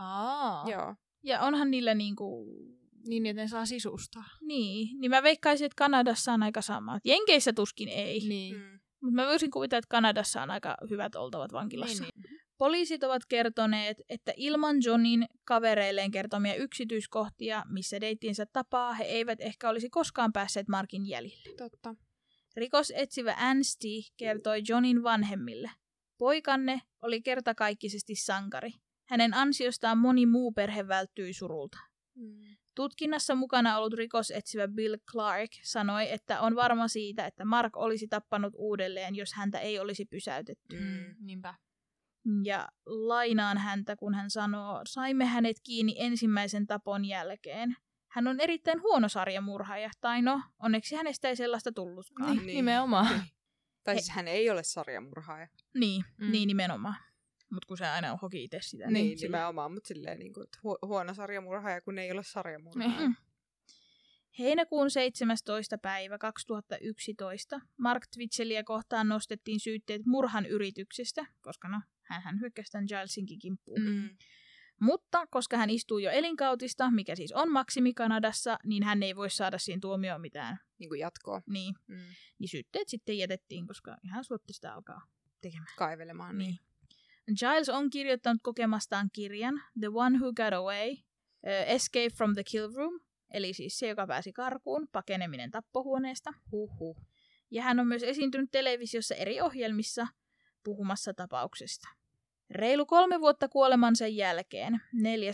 Joo. Ja onhan niillä niinku... Niin, että ne saa sisustaa. Niin mä veikkaisin, että Kanadassa on aika sama. Jenkeissä tuskin ei. Niin. Mutta mä voisin kuvitella, että Kanadassa on aika hyvät oltavat vankilassa. Niin. Poliisit ovat kertoneet, että ilman Johnin kavereilleen kertomia yksityiskohtia, missä deittinsä tapaa, he eivät ehkä olisi koskaan päässeet Markin jäljille. Totta. Rikosetsivä Anstey kertoi Johnin vanhemmille. Poikanne oli kertakaikkisesti sankari. Hänen ansiostaan moni muu perhe välttyi surulta. Tutkinnassa mukana ollut rikosetsivä Bill Clark sanoi, että on varma siitä, että Mark olisi tappanut uudelleen, jos häntä ei olisi pysäytetty. Niinpä. Ja lainaan häntä, kun hän sanoo, saimme hänet kiinni ensimmäisen tapon jälkeen. Hän on erittäin huono sarjamurhaaja, tai no, onneksi hänestä ei sellaista tullutkaan. Niin. Nimenomaan. Tai siis hän ei ole sarjamurhaaja. Niin nimenomaan. Mutta kun se aina hoki itse sitä. Niin nimenomaan, mutta silleen, niin kuin, että huono sarjamurhaaja, kun ei ole sarjamurhaaja. Niin. Heinäkuun 17. päivä 2011 Mark Twitcheliä kohtaan nostettiin syytteet murhan yrityksestä, koska no, hän hyökkäsi tämän Gilesinkin kimppuun. Mutta koska hän istuu jo elinkautista, mikä siis on maksimi Kanadassa, niin hän ei voi saada siihen tuomioon mitään. Niin kuin jatkoa. Niin. Niin syytteet sitten jätettiin, koska ihan suotti sitä alkaa tekemään. Kaivelemaan. Niin. Giles on kirjoittanut kokemastaan kirjan The One Who Got Away, Escape from the Kill Room, eli siis se, joka pääsi karkuun, pakeneminen tappohuoneesta. Ja hän on myös esiintynyt televisiossa eri ohjelmissa puhumassa tapauksesta. Reilu 3 vuotta kuolemansa jälkeen, 4.12.2011,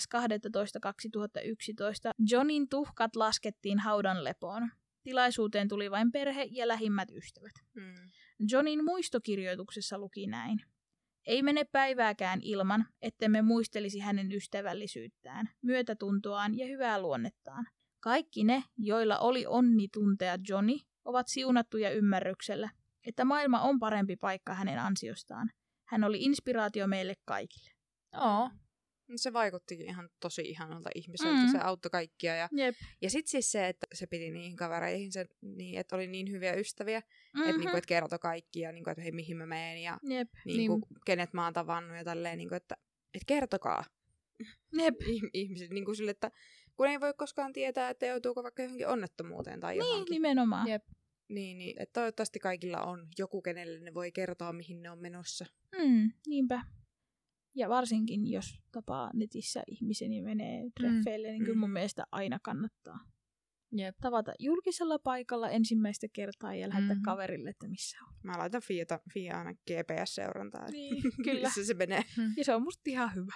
Johnin tuhkat laskettiin haudan lepoon. Tilaisuuteen tuli vain perhe ja lähimmät ystävät. Johnin muistokirjoituksessa luki näin. Ei mene päivääkään ilman, ettemme muistelisi hänen ystävällisyyttään, myötätuntoaan ja hyvää luonnettaan. Kaikki ne, joilla oli onni tuntea Johnny, ovat siunattuja ymmärryksellä, että maailma on parempi paikka hänen ansiostaan. Hän oli inspiraatio meille kaikille. Se vaikuttikin ihan tosi ihanalta ihmiseltä. Se auttoi kaikkia. Ja sitten siis se, että se piti niihin kavereihin, niin, että oli niin hyviä ystäviä, että niinku, et kertoi kaikkia, niinku, että hei, mihin mä menen ja niinku, kenet mä oon tavannut ja tälleen, niinku, että kertokaa ihmiset. Niinku, sille, että kun ei voi koskaan tietää, että joutuuko vaikka johonkin onnettomuuteen tai johonkin. Niin, nimenomaan. Niin, että toivottavasti kaikilla on joku, kenelle ne voi kertoa, mihin ne on menossa. Niinpä. Ja varsinkin, jos tapaa netissä ihmisen ja menee treffeille, niin kyllä mun mielestä aina kannattaa tavata julkisella paikalla ensimmäistä kertaa ja lähettää kaverille, että missä on. Mä laitan Fia aina GPS-seurantaa. Niin, kyllä. Missä se menee. Ja se on musta ihan hyvä.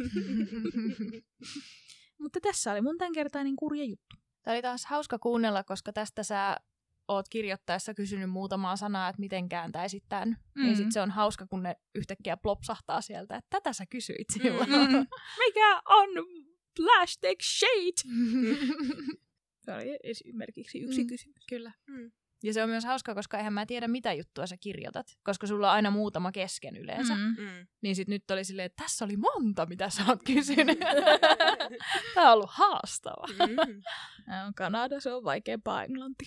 Mutta tässä oli mun tämänkertainen kurja juttu. Tämä oli taas hauska kuunnella, koska tästä sä oot kirjoittaessa kysynyt muutamaa sanaa, että miten kääntäisit tämän. Niin sit se on hauska, kun ne yhtäkkiä plopsahtaa sieltä, että tätä sä kysyit silloin. Mikä on plastic shade? Se oli esimerkiksi yksi kysymys. Kyllä. Ja se on myös hauska, koska eihän mä tiedä, mitä juttua sä kirjoitat. Koska sulla on aina muutama kesken yleensä. Niin sit nyt oli silleen, että tässä oli monta, mitä sä oot kysynyt. Tää on ollut haastava. Kanada, se on vaikeampaa englantia.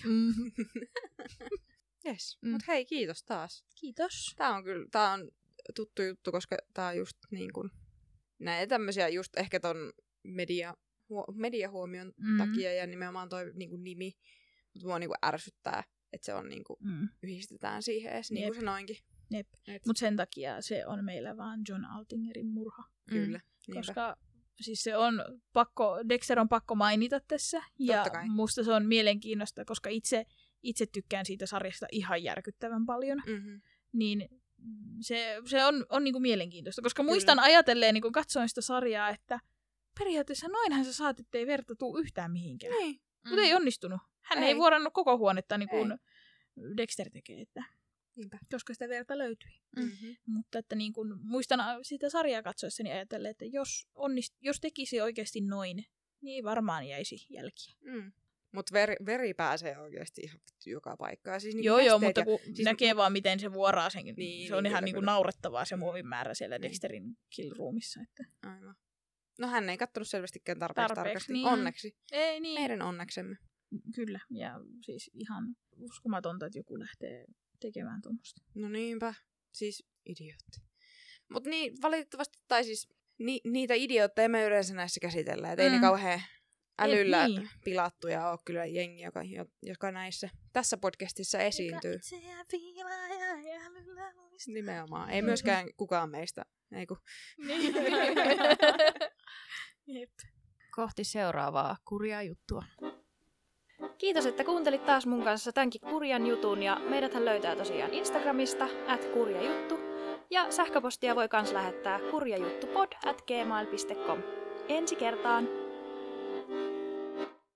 Yes. Mut hei, kiitos taas. Kiitos. Tää on tuttu juttu, koska tää on just niin kuin näitä tämmösiä just ehkä ton mediahuomion takia ja nimenomaan toi niin kuin nimi. Mutta mua niin kuin ärsyttää, että se on niin kuin yhdistetään siihen edes, niin kuin sanoinkin. Mutta sen takia se on meillä vaan John Altingerin murha. Kyllä. Koska siis se on Dexter on pakko mainita tässä. Ja musta se on mielenkiintoista, koska itse tykkään siitä sarjasta ihan järkyttävän paljon. Niin se on niinku mielenkiintoista, koska muistan ajatelleen, niin kun katsoin sitä sarjaa, että periaatteessa noinhan sä saat, ettei verta tuu yhtään mihinkään. Niin. Mutta ei onnistunut. Hän ei vuorannut koko huonetta niin kuin Dexter tekee, koska sitä verta löytyi. Mutta että niin kuin, muistan sitä sarjaa katsoessani ajatellen, että jos tekisi oikeasti noin, niin ei varmaan jäisi jälkiä. Mutta veri pääsee oikeasti ihan joka paikkaan. Siis niin joo, mutta kun siis näkee vaan, miten se vuoraa sen, se on ihan kyllä. naurettavaa se muovin määrä siellä Dexterin kill-roomissa. Että. Aivan. No hän ei kattonut selvästikään tarpeeksi. Niin. Onneksi. Ei niin. Meidän onneksemme. Kyllä, ja siis ihan uskomatonta, että joku lähtee tekemään tuommoista. No niinpä, siis idiootti. Mutta niin, valitettavasti, tai siis niitä idiootteja me yleensä näissä käsitellään, että ei ne kauhean älyllä pilattuja ole kyllä jengi, joka näissä tässä podcastissa esiintyy. Nimenomaan, ei myöskään kukaan meistä. Eiku. Jep. Kohti seuraavaa kurjaa juttua. Kiitos, että kuuntelit taas mun kanssa tämänkin kurjan jutun, ja meidäthän löytää tosiaan Instagramista @kurjajuttu, ja sähköpostia voi kans lähettää kurjajuttupod@gmail.com. Ensi kertaan!